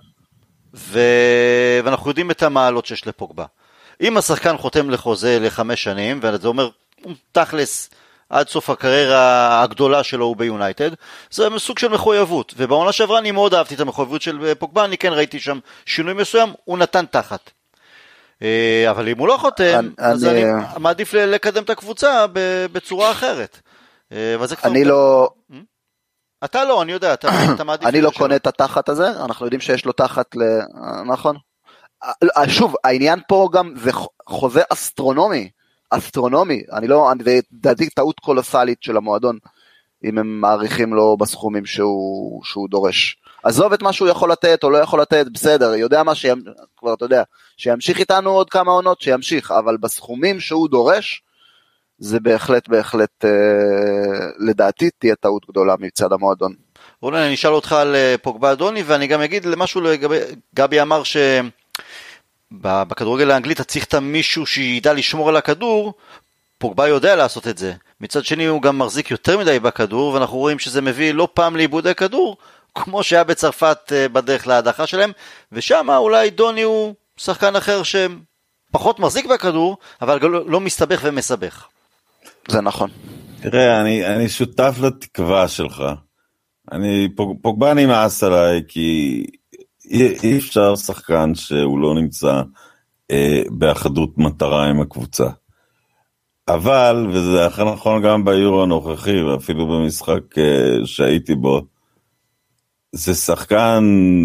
ואנחנו יודעים את המעלות שיש לפוגבה. אם השחקן חותם לחוזה לחמש שנים, וזה אומר, תכלס, עד סוף הקריירה הגדולה שלו הוא ביונייטד, זה סוג של מחויבות, ובעונה שעברה אני מאוד אהבתי את המחויבות של פוגבה, אני כן ראיתי שם שינוי מסוים, הוא נתן תחת. אבל אם הוא לא חותם, אז אני מעדיף לקדם את הקבוצה בצורה אחרת. אני לא... אתה לא, אני יודע, אתה מעדיף... אני לא קונה את התחת הזה, אנחנו יודעים שיש לו תחת ל... נכון? שוב, העניין פה גם זה חוזה אסטרונומי, אסטרונומי, אני לא, זה דעתי טעות קולוסלית של המועדון, אם הם מעריכים לו בסכומים שהוא, שהוא דורש. עזוב את מה שהוא יכול לתת או לא יכול לתת, בסדר, יודע מה שימ... כבר אתה יודע, שימשיך איתנו עוד כמה עונות, שימשיך, אבל בסכומים שהוא דורש, זה בהחלט, בהחלט, אה, לדעתי, תהיה טעות גדולה מצד המועדון. רונן, אני אשאל אותך על פוגבה דוני, ואני גם אגיד למשהו לגבי, גבי אמר ש... בכדורגל האנגלית צריך את מישהו שידע לשמור על הכדור, פוגבה יודע לעשות את זה. מצד שני הוא גם מחזיק יותר מדי בכדור, ואנחנו רואים שזה מביא לא פעם לאיבודי כדור, כמו שהיה בצרפת בדרך להדחה שלהם, ושם אולי דוני הוא שחקן אחר שפחות מחזיק בכדור, אבל לא, לא מסתבך ומסבך. זה נכון. תראה, אני, אני שותף לתקווה שלך. אני, פוג, פוגבה נמאס עליי, כי אי, אי אפשר שחקן שהוא לא נמצא אה, באחדות מטרה עם הקבוצה. אבל, וזה אחר נכון גם ביורו הנוכחי, ואפילו במשחק אה, שהייתי בו, זה שחקן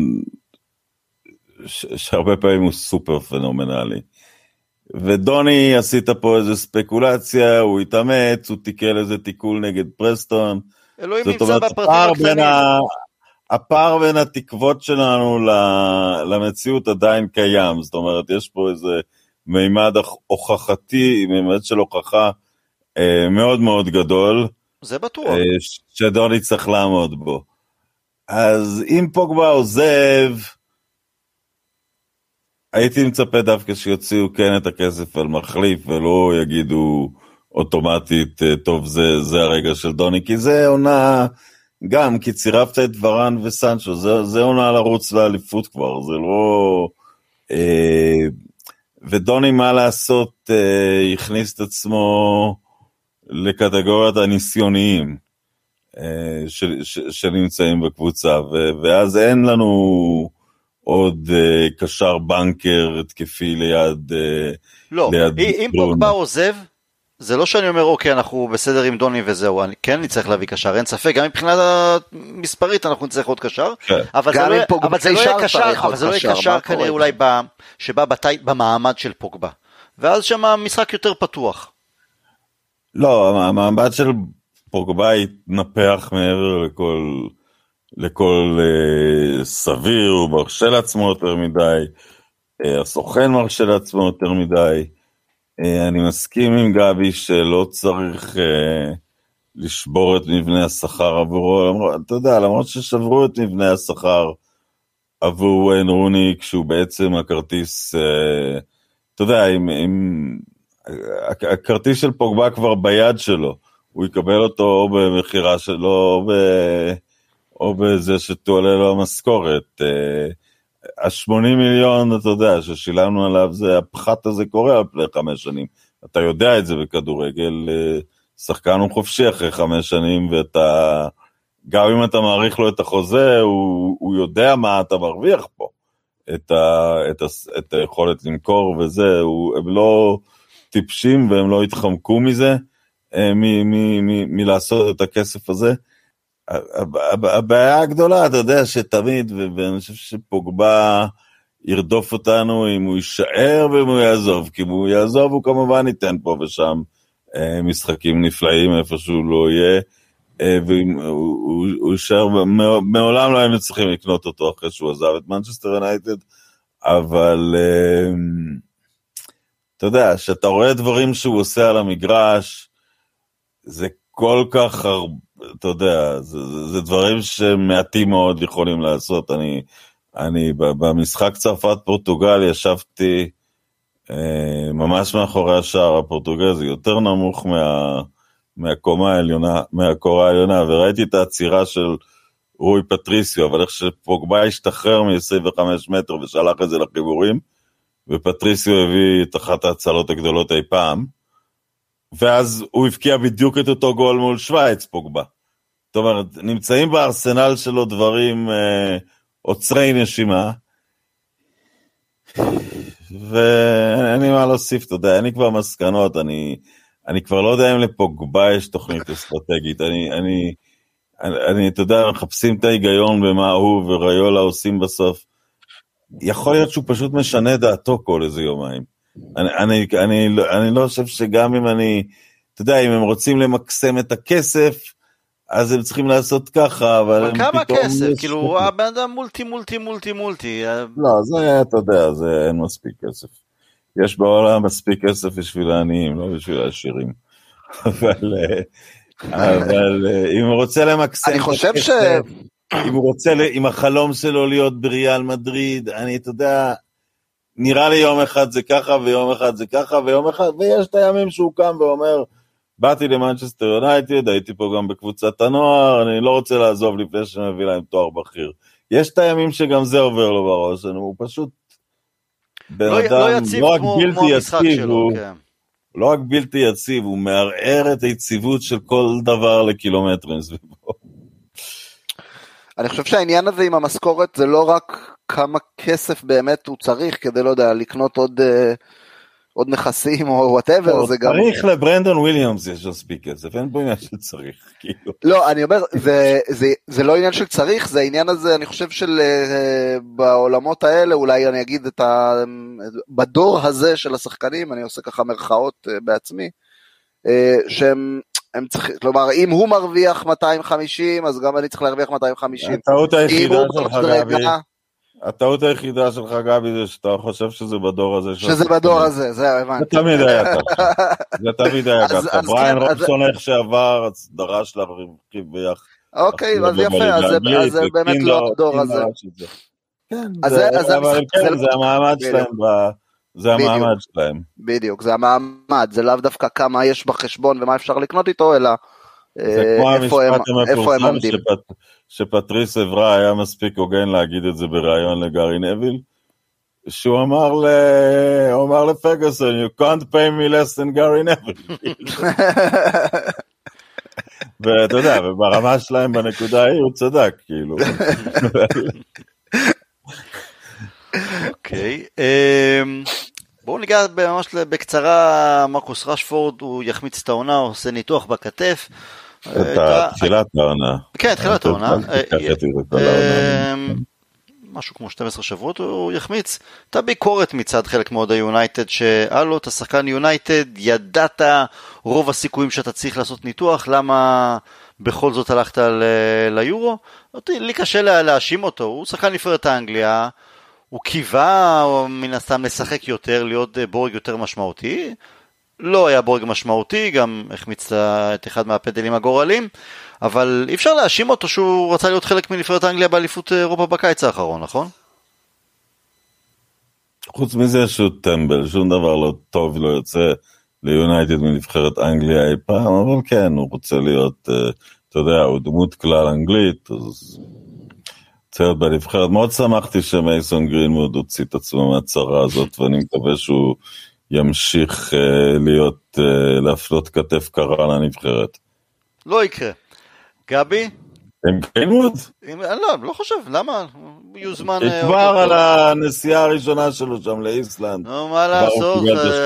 ש- שהרבה פעמים הוא סופר פנומנלי. ודוני עשית פה איזו ספקולציה, הוא התאמץ, הוא תיקל איזה תיקול נגד פרסטון. אלוהים נמצא בפרטים הקטנים. הפער בין התקוות שלנו למציאות עדיין קיים, זאת אומרת, יש פה איזה מימד הוכחתי, מימד של הוכחה מאוד מאוד גדול. זה בטוח. שדוני צריך לעמוד בו. אז אם פוגבה עוזב, הייתי מצפה דווקא שיוציאו כן את הכסף על מחליף, ולא יגידו אוטומטית, טוב, זה, זה הרגע של דוני, כי זה עונה, גם כי צירפת את ורן וסנצ'ו, זה, זה עונה לרוץ לאליפות כבר, זה לא... אה, ודוני מה לעשות, אה, הכניס את עצמו לקטגוריית הניסיוניים, אה, ש, ש, שנמצאים בקבוצה, ו, ואז אין לנו... עוד uh, קשר בנקר התקפי ליד uh, לא, ליד אם פוגבה עוזב, זה לא שאני אומר אוקיי אנחנו בסדר עם דוני וזהו, אני, כן נצטרך להביא קשר, אין ספק, גם מבחינת המספרית אנחנו נצטרך עוד קשר, כן. אבל, זה לא, אבל זה לא יהיה קשר, אבל זה לא יהיה קשר כנראה אולי ב, שבא בתי, במעמד של פוגבה, ואז שם המשחק יותר פתוח. לא, המעמד של פוגבה התנפח מעבר לכל... לכל uh, סביר, הוא מרשה לעצמו יותר מדי, uh, הסוכן מרשה לעצמו יותר מדי, uh, אני מסכים עם גבי שלא צריך uh, לשבור את מבנה השכר עבורו, למרות, אתה יודע, למרות ששברו את מבנה השכר עבור וויין רוני, כשהוא בעצם הכרטיס, uh, אתה יודע, עם, עם, הכרטיס של פוגבה כבר ביד שלו, הוא יקבל אותו או במחירה שלו, או ב... או בזה שתועלה לו המשכורת. ה-שמונים מיליון, אתה יודע, ששילמנו עליו, זה, הפחת הזה קורה על פני חמש שנים. אתה יודע את זה בכדורגל, שחקן הוא חופשי אחרי חמש שנים, ואתה, גם אם אתה מעריך לו את החוזה, הוא, הוא יודע מה אתה מרוויח פה, את, ה, את, ה, את היכולת למכור וזה, הוא, הם לא טיפשים, והם לא התחמקו מזה, מ, מ, מ, מלעשות את הכסף הזה, הבעיה הגדולה, אתה יודע, שתמיד, ואני חושב שפוגבה ירדוף אותנו אם הוא יישאר ואם הוא יעזוב, כי אם הוא יעזוב הוא כמובן ייתן פה ושם אה, משחקים נפלאים איפה שהוא לא יהיה, אה, והוא יישאר, מעולם לא היינו צריכים לקנות אותו אחרי שהוא עזב את מנצ'סטר יונייטד, אבל אה, אתה יודע, שאתה רואה דברים שהוא עושה על המגרש, זה כל כך הרבה, אתה יודע, זה, זה, זה דברים שמעטים מאוד יכולים לעשות. אני, אני במשחק צרפת פורטוגל ישבתי אה, ממש מאחורי השער הפורטוגל, זה יותר נמוך מה, מהקומה העליונה, מהקורה העליונה, וראיתי את העצירה של רוי פטריסיו, אבל איך שפוגבה השתחרר מ-עשרים וחמישה מטר ושלח את זה לחיבורים, ופטריסיו הביא את אחת ההצלות הגדולות אי פעם, ואז הוא הבקיע בדיוק את אותו גול מול שוויץ, פוגבה. זאת אומרת, נמצאים בארסנל שלו דברים אה, עוצרי נשימה, ואין לי מה להוסיף, אתה יודע, אין לי כבר מסקנות, אני, אני כבר לא יודע אם לפוגבה יש תוכנית אסטרטגית, אני, אני, אני, אני, אתה יודע, מחפשים את ההיגיון במה הוא וריולה עושים בסוף, יכול להיות שהוא פשוט משנה דעתו כל איזה יומיים, אני, אני, אני, אני לא חושב שגם אם אני, אתה יודע, אם הם רוצים למקסם את הכסף, אז הם צריכים לעשות ככה, אבל... אבל כמה כסף? כאילו, הבן אדם מולטי, מולטי, מולטי, מולטי. לא, זה, אתה יודע, זה אין מספיק כסף. יש בעולם מספיק כסף בשביל העניים, לא בשביל העשירים. אבל, אבל אם הוא רוצה למקסם... אני חושב ש... אם הוא רוצה, אם החלום שלו להיות בריאל מדריד, אני, אתה יודע... נראה לי יום אחד זה ככה, ויום אחד זה ככה, ויום אחד, ויש את הימים שהוא קם ואומר, באתי למנצ'סטר יונייטד, הייתי פה גם בקבוצת הנוער, אני לא רוצה לעזוב לפני שמביא להם תואר בכיר. יש את הימים שגם זה עובר לו בראש, הוא פשוט בן לא, אדם, לא יציב לא רק כמו, בלתי כמו יציב, שלו, הוא, כן. לא רק בלתי יציב, הוא מערער את היציבות של כל דבר לקילומטרים סביבו. אני חושב שהעניין הזה עם המשכורת זה לא רק כמה כסף באמת הוא צריך כדי, לא יודע, לקנות עוד, עוד נכסים או whatever, זה גם... צריך לברנדון וויליאמס יש מספיק כסף, אין פה עניין של צריך, כאילו. לא, אני אומר, זה, זה, זה לא עניין של צריך, זה העניין הזה, אני חושב של בעולמות האלה, אולי אני אגיד את ה... בדור הזה של השחקנים, אני עושה ככה מרכאות בעצמי, שהם... הם צריכים, כלומר, אם הוא מרוויח מאתיים וחמישים, אז גם אני צריך להרוויח מאתיים וחמישים. הטעות היחידה שלך, גבי, הטעות היחידה שלך, גבי, זה שאתה חושב שזה בדור הזה. שזה בדור הזה, זה הבנתי. זה תמיד היה ככה. זה תמיד היה ככה. בריין רובסון איך שעבר, דרש להרחיב ביח. אוקיי, אז יפה, אז זה באמת לא הדור הזה. כן, זה המעמד שלהם ב... זה המעמד שלהם. בדיוק, זה המעמד, זה לאו דווקא כמה יש בחשבון ומה אפשר לקנות איתו, אלא איפה הם עומדים. שפטריס אברה היה מספיק הוגן להגיד את זה בראיון לגארי נביל, שהוא אמר ל... הוא אמר לפגוסון, you can't pay me less than גארי נביל. ואתה יודע, וברמה שלהם בנקודה ההיא הוא צדק, כאילו. אוקיי, בואו ניגע ממש בקצרה, מרקוס רשפורד, הוא יחמיץ את העונה, הוא עושה ניתוח בכתף. את תחילת העונה. כן, תחילת העונה. משהו כמו שתים עשרה שבועות הוא יחמיץ. הייתה ביקורת מצד חלק מאוד היונייטד, שאלו, אתה שחקן יונייטד, ידעת רוב הסיכויים שאתה צריך לעשות ניתוח, למה בכל זאת הלכת ליורו? לי קשה להאשים אותו, הוא שחקן נבחרת האנגליה, הוא קיווה מן הסתם לשחק יותר, להיות בורג יותר משמעותי, לא היה בורג משמעותי, גם החמיץ את אחד מהפדלים הגורלים, אבל אי אפשר להאשים אותו שהוא רצה להיות חלק מנבחרת האנגליה באליפות אירופה בקיץ האחרון, נכון? חוץ מזה שהוא טמבל, שום דבר לא טוב לא יוצא ליונייטד מנבחרת אנגליה אי פעם, אבל כן, הוא רוצה להיות, אתה יודע, הוא דמות כלל אנגלית, אז... ציירת בנבחרת, מאוד שמחתי שמייסון גרינווד הוציא את עצמו מהצרה הזאת, ואני מקווה שהוא ימשיך uh, להיות, uh, להפנות כתף קרה לנבחרת. לא יקרה. גבי? עם גרינווד? עם, לא, לא חושב, למה? יוזמן... כבר על הנסיעה הראשונה שלו שם לאיסלנד. נו, מה לעשות?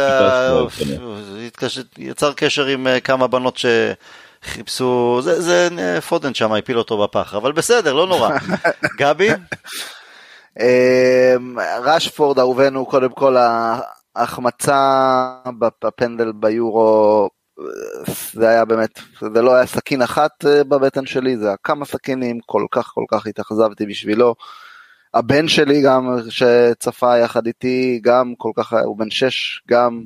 יצר קשר עם כמה בנות ש... חיפשו, זה, זה פודן שם, הפיל אותו בפח, אבל בסדר, לא נורא. גבי? רשפורד, אהובנו, קודם כל ההחמצה בפנדל ביורו, זה היה באמת, זה לא היה סכין אחת בבטן שלי, זה היה כמה סכינים, כל כך כל כך התאכזבתי בשבילו. הבן שלי גם שצפה יחד איתי, גם כל כך, הוא בן שש, גם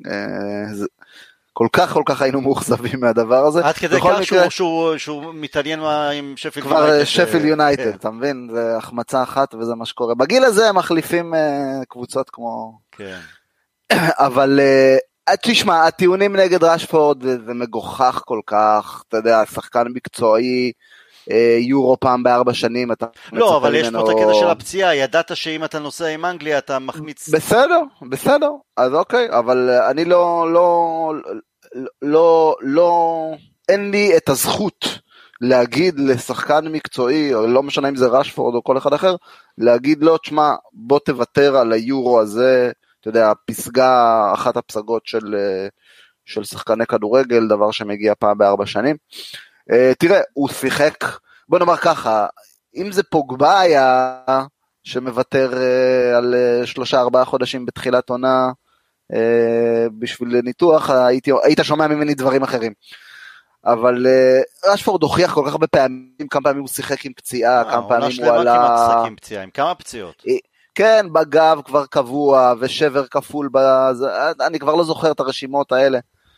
כל כך כל כך היינו מאוכזבים מהדבר הזה. עד כדי כך שהוא, שהוא, שהוא מתעניין עם שפיל יונייטד. כבר שפיל יונייטד, אתה מבין? זה החמצה אחת וזה מה שקורה. בגיל הזה הם מחליפים קבוצות כמו... כן. אבל תשמע, הטיעונים נגד רשפורד זה מגוחך כל כך, אתה יודע, שחקן מקצועי, יורו פעם בארבע שנים, אתה לא, אבל יש פה את הקטע של הפציעה, ידעת שאם אתה נוסע עם אנגליה, אתה מחמיץ... בסדר, בסדר, אז אוקיי, אבל אני לא, לא, לא, לא, אין לי את הזכות להגיד לשחקן מקצועי, או לא משנה אם זה רשפורד או כל אחד אחר, להגיד לו, תשמע, בוא תוותר על היורו הזה, אתה יודע, פסגה, אחת הפסגות של, של שחקני כדורגל, דבר שמגיע פעם בארבע שנים. תראה, הוא שיחק, בוא נאמר ככה, אם זה פוגבה היה שמוותר על שלושה ארבעה חודשים בתחילת עונה בשביל ניתוח, היית, היית שומע ממני דברים אחרים. אבל רשפורד הוכיח כל כך הרבה פעמים, כמה פעמים הוא שיחק עם פציעה, כמה פעמים הוא עלה... כמעט שיחק עם פציעה, עם כמה פציעות. כן, בגב כבר קבוע, ושבר כפול, אני כבר לא זוכר את הרשימות האלה.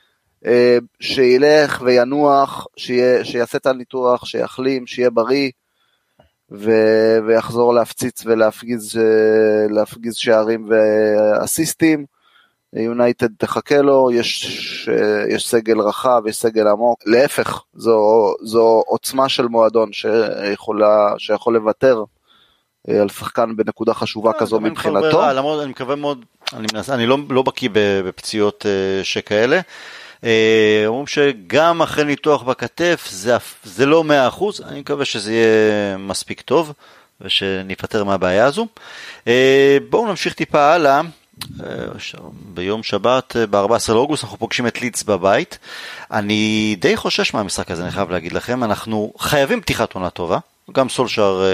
שילך וינוח, שיעשה את הניתוח, שיחלים, שיהיה בריא, ו- ויחזור להפציץ ולהפגיז להפגיז שערים ואסיסטים. יונייטד תחכה לו, יש, יש סגל רחב, יש סגל עמוק, להפך, זו, זו עוצמה של מועדון שיכולה, שיכול לוותר על שחקן בנקודה חשובה כזו מבחינתו. למרות, אני מקווה מאוד, אני, מנסה, אני לא, לא בקיא בפציעות שכאלה, אומרים שגם אחרי ניתוח בכתף זה, זה לא מאה אחוז, אני מקווה שזה יהיה מספיק טוב ושניפטר מהבעיה הזו. בואו נמשיך טיפה הלאה. ביום שבת ב-ארבעה עשר לאוגוסט אנחנו פוגשים את לידס בבית. אני די חושש מהמשחק הזה, אני חייב להגיד לכם, אנחנו חייבים פתיחת עונה טובה, גם סולשר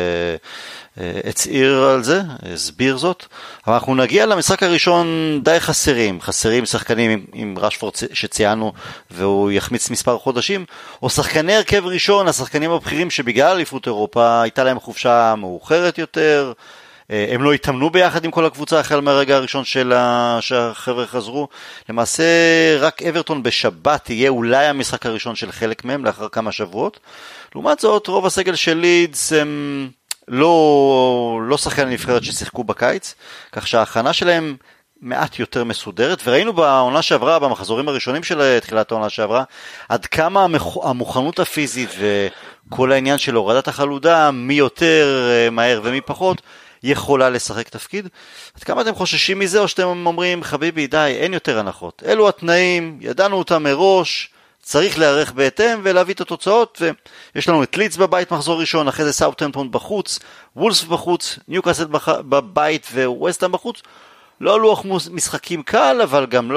הצעיר על זה, הסביר זאת, אבל אנחנו נגיע למשחק הראשון די חסרים, חסרים שחקנים עם, עם רשפורד שציינו והוא יחמיץ מספר חודשים, או שחקני הרכב ראשון, השחקנים הבכירים שבגלל אליפות אירופה הייתה להם חופשה מאוחרת יותר, הם לא התאמנו ביחד עם כל הקבוצה החל מהרגע הראשון של שהחבר'ה חזרו. למעשה רק אברטון בשבת יהיה אולי המשחק הראשון של חלק מהם לאחר כמה שבועות. לעומת זאת רוב הסגל של לידס הם לא, לא שחקני נבחרת ששיחקו בקיץ, כך שההכנה שלהם מעט יותר מסודרת, וראינו בעונה שעברה, במחזורים הראשונים של תחילת העונה שעברה, עד כמה המוכנות הפיזית וכל העניין של הורדת החלודה, מי יותר מהר ומי פחות, יכולה לשחק תפקיד. עד כמה אתם חוששים מזה, או שאתם אומרים, חביבי, די, אין יותר הנחות. אלו התנאים, ידענו אותם מראש, צריך להיערך בהתאם ולהביא את התוצאות, ויש לנו את לידס בבית מחזור ראשון, אחרי זה סאות'המפטון בחוץ, וולפס בחוץ, ניוקאסל בבית וווסטהאם בחוץ. לא לוח משחקים קל, אבל גם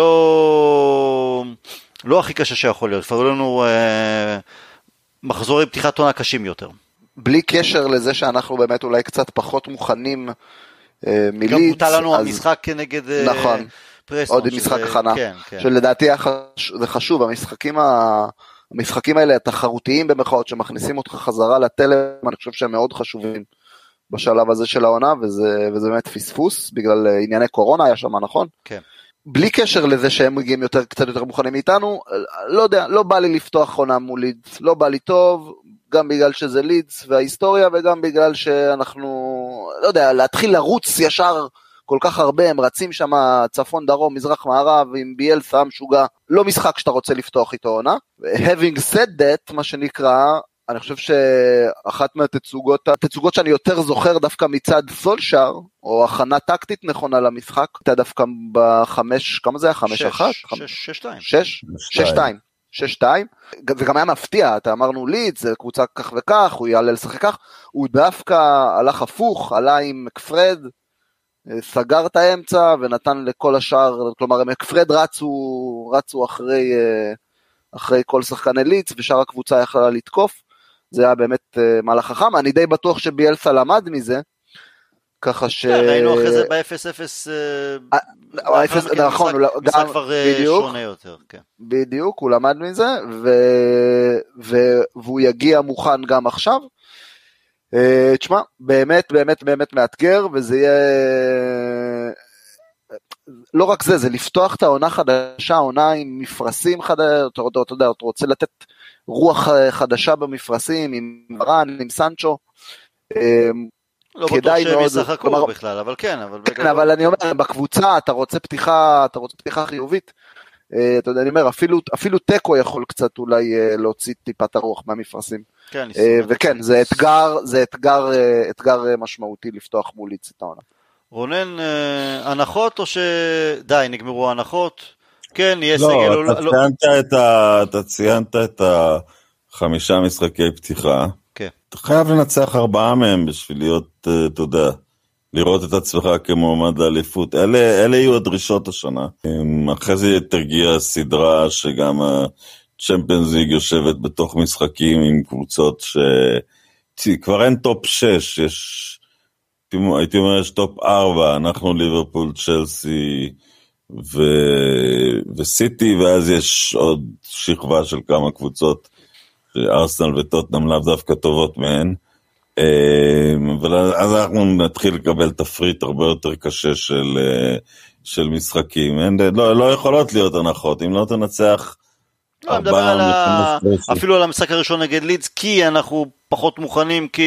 לא לא הכי קשה שיכול להיות. כבר לנו אה, מחזורי פתיחת עונה קשים יותר. בלי קשר לזה שאנחנו באמת אולי קצת פחות מוכנים אה, מליץ. גם בוטה לנו אז... המשחק כנגד נכון, אה, פרסטון. עוד משחק שזה... הכנה. כן, כן. שלדעתי זה חשוב, המשחקים, ה... המשחקים האלה התחרותיים במחאות שמכניסים אותך חזרה לטלם, אני חושב שהם מאוד חשובים בשלב הזה של העונה, וזה, וזה באמת פספוס, בגלל ענייני קורונה היה שם, נכון? כן. בלי קשר לזה שהם מגיעים יותר, קצת יותר מוכנים מאיתנו, לא יודע, לא בא לי לפתוח עונה מול לידס, לא בא לי טוב, גם בגלל שזה לידס וההיסטוריה, וגם בגלל שאנחנו, לא יודע, להתחיל לרוץ ישר כל כך הרבה, הם רצים שם צפון, דרום, מזרח, מערב, עם ביאלסה משוגע, לא משחק שאתה רוצה לפתוח איתו עונה. Having said that, מה שנקרא, אני חושב שאחת מהתצוגות, התצוגות שאני יותר זוכר דווקא מצד סולשר, או הכנה טקטית נכונה למשחק, הייתה דווקא בחמש, כמה זה היה? חמש אחת? שש שתיים. שש? שש שתיים. שש שתיים. זה גם היה מפתיע, אתה אמרנו ליד, זה קבוצה כך וכך, הוא יעלה לשחק כך, הוא דווקא הלך הפוך, עלה עם מקפרד, סגר את האמצע ונתן לכל השאר, כלומר מקפרד רצו, רצו אחרי, אחרי כל שחקני ליץ, ושאר הקבוצה יכלה לתקוף, זה היה באמת מהלך חכם, אני די בטוח שביאלסה למד מזה, ככה ש... כן, ראינו אחרי זה ב-אפס אפס, נכון, משחק כבר שונה יותר. בדיוק, הוא למד מזה, והוא יגיע מוכן גם עכשיו. תשמע, באמת, באמת, באמת מאתגר, וזה יהיה... לא רק זה, זה לפתוח את העונה חדשה, העונה עם מפרסים חדשים, אתה יודע, אתה רוצה לתת רוח חדשה במפרסים, עם ורן, עם סנצ'ו, לא בטוח שהם ישחקו בכלל, אבל כן, כן, אבל אני אומר, בקבוצה, אתה רוצה פתיחה, אתה רוצה פתיחה חיובית, אתה יודע, אני אומר, אפילו טקו יכול קצת אולי להוציא טיפת הרוח מהמפרסים, וכן, זה אתגר, זה אתגר משמעותי לפתוח מול ליץ את העונה. רונן, הנחות או שדי, נגמרו הנחות? כן, יהיה לא, סגל... אתה ציינת את ה... אתה ציינת את החמישה משחקי פתיחה. כן. אתה חייב לנצח ארבעה מהם בשביל להיות, אתה יודע, לראות את עצמך כמועמד לאליפות. אלה, אלה יהיו הדרישות השנה. אחרי זה תרגיע סדרה שגם הצ'מפיונס ליג יושבת בתוך משחקים עם קבוצות שכבר אין טופ שש, יש... הייתי אומר יש טופ ארבע, אנחנו ליברפול, צ'לסי ו... וסיטי, ואז יש עוד שכבה של כמה קבוצות, ארסנל וטוטנהאם לאו דווקא טובות מהן, אז אנחנו נתחיל לקבל תפריט הרבה יותר קשה של, של משחקים, אין, לא, לא יכולות להיות הנחות, אם לא תנצח לא, מדבר על ה... אפילו על המשחק הראשון נגד לידס, כי אנחנו פחות מוכנים, כי...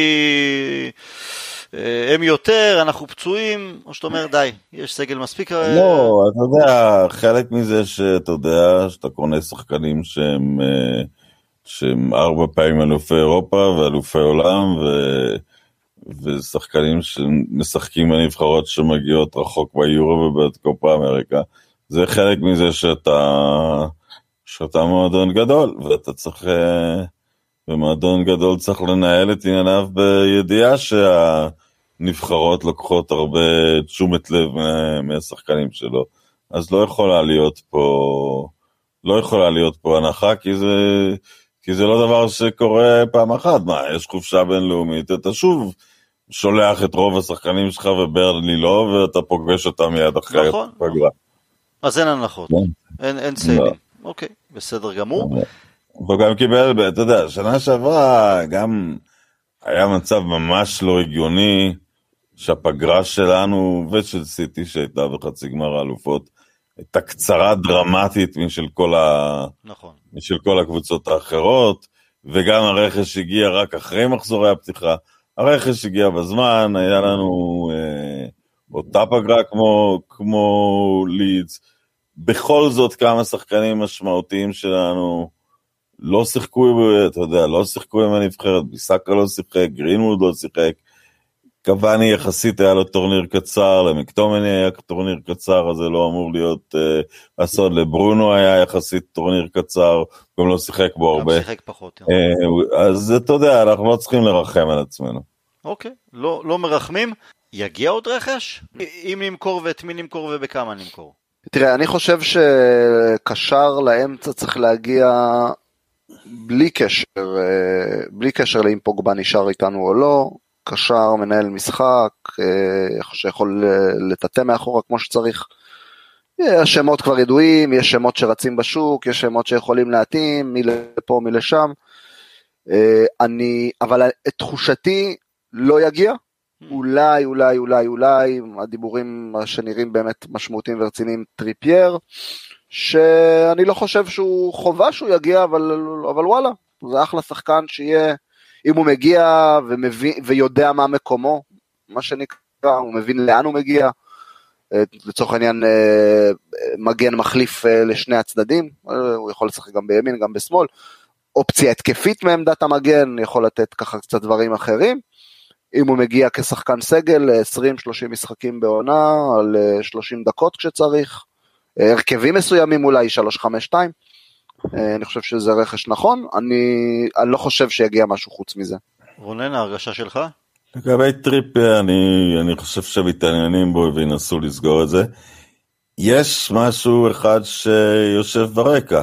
הם יותר, אנחנו פצועים, או שאתה אומר, די, יש סגל מספיק. לא, אתה יודע, חלק מזה שאתה יודע, שאתה קונה שחקנים שהם, שהם ארבע פעמים אלופי אירופה ואלופי עולם, ו, ושחקנים שמשחקים בנבחרות שמגיעות רחוק ביורו ובקופה אמריקה. זה חלק מזה שאתה, שאתה מועדון גדול, ואתה צריך, במועדון גדול צריך לנהל את ענייניו בידיעה שה... נבחרות לוקחות הרבה תשומת לב מהשחקנים שלו, אז לא יכולה להיות פה, לא יכולה להיות פה הנחה, כי זה, כי זה לא דבר שקורה פעם אחת. מה, יש חופשה בינלאומית, אתה שוב שולח את רוב השחקנים שלך וברלי לא, ואתה פוגש אותם מיד אחרי נכון. פגרה. אז אין הנחות, אין, אין סיילים. אוקיי, בסדר גמור. וגם קיבל, אתה יודע, שנה שעברה גם היה מצב ממש לא הגיוני, שהפגרה שלנו ושל סיטי שהייתה בחצי גמר האלופות, הייתה קצרה דרמטית משל כל, ה... נכון. משל כל הקבוצות האחרות, וגם הרכש הגיע רק אחרי מחזורי הפתיחה, הרכש הגיע בזמן, היה לנו אה, אותה פגרה כמו, כמו לידס, בכל זאת כמה שחקנים משמעותיים שלנו, לא שיחקו, אתה יודע, לא שיחקו עם הנבחרת, ביסקה לא שיחק, גרינווד לא שיחק, קוואני יחסית היה לו טורניר קצר, למקטומני היה טורניר קצר, אז זה לא אמור להיות אה, אסון, לברונו היה יחסית טורניר קצר, גם לא שיחק בו הרבה. גם שיחק פחות. אה, אז אתה יודע, אנחנו לא צריכים לרחם על עצמנו. אוקיי, לא, לא מרחמים. יגיע עוד רכש? אם נמכור ואת מי נמכור ובכמה נמכור? תראה, אני חושב שקשר לאמצע צריך להגיע בלי קשר, בלי קשר לאם פוגבה נשאר איתנו או לא, קשר מנהל משחק, שיכול לטאטא מאחורה כמו שצריך. השמות כבר ידועים, יש שמות שרצים בשוק, יש שמות שיכולים להתאים, מי לפה, מי לשם. אני, אבל את תחושתי לא יגיע, אולי, אולי, אולי, אולי, הדיבורים שנראים באמת משמעותיים ורציניים, טריפייר, שאני לא חושב שהוא חובה שהוא יגיע, אבל, אבל וואלה, זה אחלה שחקן שיהיה, אם הוא מגיע ומבין, ויודע מה מקומו, מה שנקרא, הוא מבין לאן הוא מגיע, לצורך העניין מגן מחליף לשני הצדדים, הוא יכול לשחק גם בימין, גם בשמאל, אופציה התקפית מעמדת המגן, יכול לתת ככה קצת דברים אחרים, אם הוא מגיע כשחקן סגל, עשרים שלושים משחקים בעונה, על שלושים דקות כשצריך, הרכבים מסוימים אולי, שלוש חמש שתיים, אני חושב שזה רכש נכון, אני, אני לא חושב שיגיע משהו חוץ מזה. רונן, ההרגשה שלך? לגבי טריפר, אני, אני חושב שמתעניינים בו וינסו לסגור את זה. יש משהו אחד שיושב ברקע,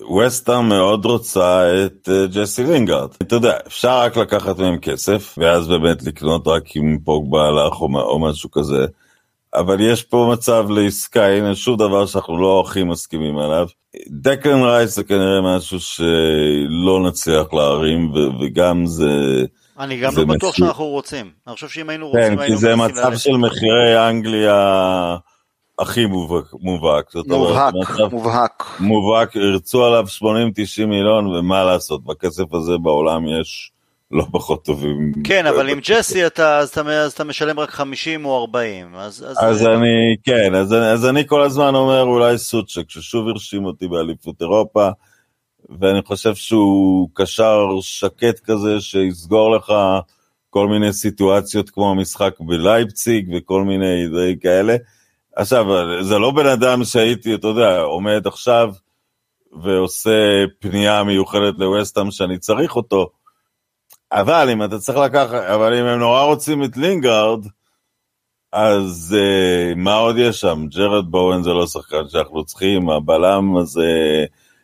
וסטהאם מאוד רוצה את ג'סי לינגארד. אתה יודע, אפשר רק לקחת מהם כסף, ואז באמת לקנות רק עם פוגבה הלך או משהו כזה, אבל יש פה מצב לעסקה, הנה שוב דבר שאנחנו לא הכי מסכימים עליו. דקלן רייס זה כנראה משהו שלא נצליח להרים, וגם זה... אני גם לא בטוח שאנחנו רוצים. אני חושב שאם היינו רוצים... כן, כי זה מצב של מחירי אנגליה הכי מובהק. מובהק, מובהק. מובהק, ירצו עליו שמונים תשעים מיליון, ומה לעשות, בכסף הזה בעולם יש לא פחות טובים. כן, אבל עם ג'סי אתה, אז אתה, אז אתה משלם רק חמישים או ארבעים. אז, אז, אז אני, כן, אז, אז אני כל הזמן אומר אולי סוצ'ק, ששוב הרשים אותי באליפות אירופה, ואני חושב שהוא קשר שקט כזה, שיסגור לך כל מיני סיטואציות כמו המשחק בלייפציג, וכל מיני דברים כאלה. עכשיו, זה לא בן אדם שהייתי, אתה יודע, עומד עכשיו, ועושה פנייה מיוחדת לווסטהאם שאני צריך אותו, אבל אם אתה צריך לקחת, אבל אם הם נורא רוצים את לינגארד, אז uh, מה עוד יש שם? ג'רד בואן זה לא שחקן שאנחנו צריכים, הבלם הזה,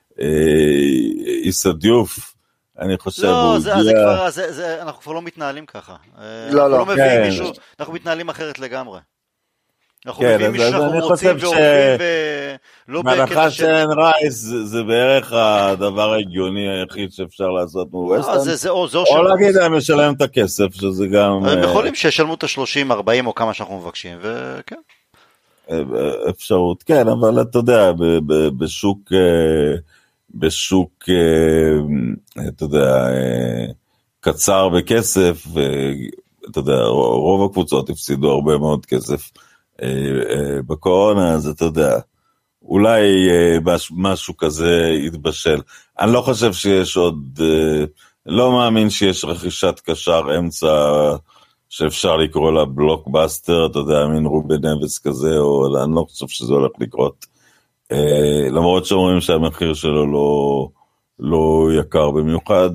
איסה דיוף, אני חושב, לא, זה, זה כבר, זה, זה, אנחנו כבר לא מתנהלים ככה. לא, אנחנו לא. לא מביאים כן. מישהו, אנחנו מתנהלים אחרת לגמרי. אנחנו כן, מביאים מישהו שאנחנו רוצים ש... ואוהבים ולא בהנחה שאין רייס, זה, זה בערך הדבר ההגיוני היחיד שאפשר לעשות מווסטהאם. זה, זה, או, זה או להגיד להם לשלם את הכסף, שזה גם... הם יכולים שישלמו את ה-שלושים ארבעים או כמה שאנחנו מבקשים, וכן. אפשרות, כן, אבל אתה יודע, בשוק, בשוק, אתה יודע, קצר בכסף, ואתה יודע, רוב הקבוצות הפסידו הרבה מאוד כסף בקורונה, אז אתה יודע, אולי משהו כזה יתבשל. אני לא חושב שיש עוד, לא מאמין שיש רכישת קשר אמצע שאפשר לקרוא לה בלוקבאסטר, אתה יודע, מין רובי נבס כזה, או אני לא חושב שזה הולך לקרות. למרות שאומרים שהמחיר שלו לא, לא יקר במיוחד,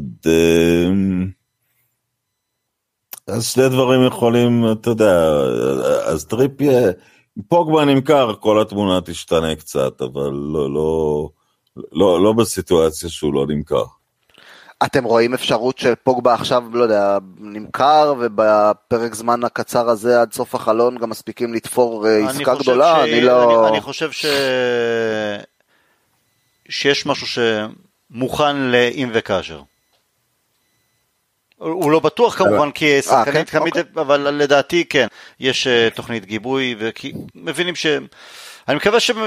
אז שני דברים יכולים, אתה יודע, אז טריפיה, פוגבה נמכר, כל התמונה תשתנה קצת, אבל לא, לא, לא, לא בסיטואציה שהוא לא נמכר. אתם רואים אפשרות שפוגבה עכשיו, לא יודע, נמכר, ובפרק זמן הקצר הזה עד סוף החלון גם מספיקים לתפור עסקה גדולה? ש... אני לא... אני, אני חושב ש... שיש משהו שמוכן לאם וכאשר. הוא לא בטוח כמובן, כי שחקנית תמיד, אבל לדעתי כן, יש תוכנית גיבוי, ומבינים ש... אני מקווה ש...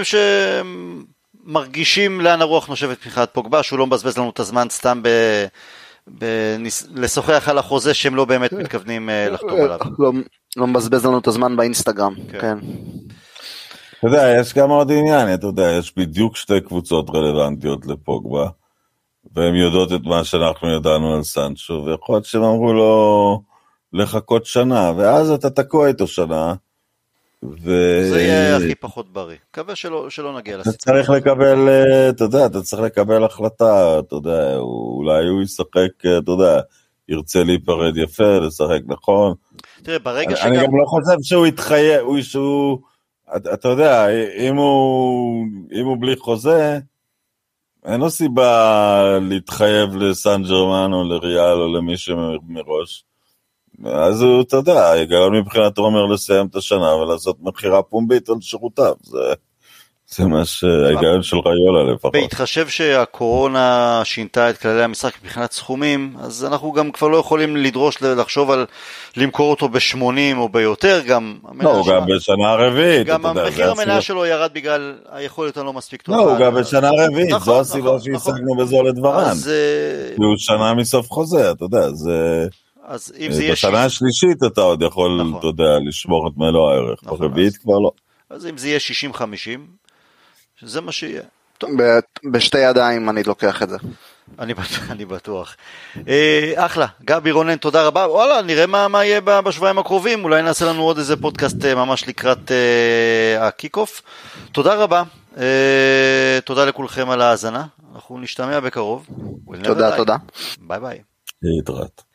מרגישים לאן הרוח נושבת מבחינת פוגבה, שהוא לא מבזבז לנו את הזמן סתם ב... ב... לשוחח על החוזה שהם לא באמת מתכוונים לחתום עליו. לא, לא מבזבז לנו את הזמן באינסטגרם, כן. כן. אתה יודע, יש גם עוד עניין, אתה יודע, יש בדיוק שתי קבוצות רלוונטיות לפוגבה, והן יודעות את מה שאנחנו ידענו על סנצ'ו, ויכול להיות שהם אמרו לו לחכות שנה, ואז אתה תקוע איתו שנה, ו... זה יהיה הכי פחות בריא. מקווה שלא, שלא נגיע לסיטואציה. אתה צריך לקבל, אתה יודע, אתה צריך לקבל החלטה, אתה יודע, אולי הוא ישחק, אתה יודע, ירצה להיפרד יפה, לשחק נכון. תראה, ברגע שגם... אני גם לא חושב שהוא יתחייב, שהוא, אתה יודע, אם הוא, אם הוא בלי חוזה, אין לו סיבה להתחייב לסן ג'רמן או לריאל או למי שמראש. אז הוא, אתה יודע, ההיגיון מבחינת אומר לסיים את השנה ולעשות מחירה פומבית על שירותיו. זה, זה מה שההיגיון של ריולה לפחות. בהתחשב שהקורונה שינתה את כללי המשחק מבחינת סכומים, אז אנחנו גם כבר לא יכולים לדרוש לחשוב על למכור אותו ב-שמונים או ביותר, גם... לא, הוא גם בשנה הרביעית. גם המחיר המניה שלו ירד בגלל היכולת הלא מספיק טובה. לא, הוא גם בשנה הרביעית, זו הסיבה שהשגנו בזו לדברן. הוא שנה מסוף חוזה, אתה יודע, זה... אז אם זה בשנה יהיה השלישית אתה עוד יכול, נכון. אתה יודע, לשמור את מלוא הערך, נכון, ברביעית כבר לא. אז אם זה יהיה שישים חמישים, שזה מה שיהיה. ב- בשתי ידיים אני לוקח את זה. אני בטוח, אני בטוח. אה, אחלה, גבי רונן, תודה רבה. וואלה, נראה מה, מה יהיה בשבועיים הקרובים, אולי נעשה לנו עוד איזה פודקאסט ממש לקראת אה, הקיק-אוף. תודה רבה, אה, תודה לכולכם על ההאזנה, אנחנו נשתמע בקרוב. תודה, תודה. ביי ביי. להתראות.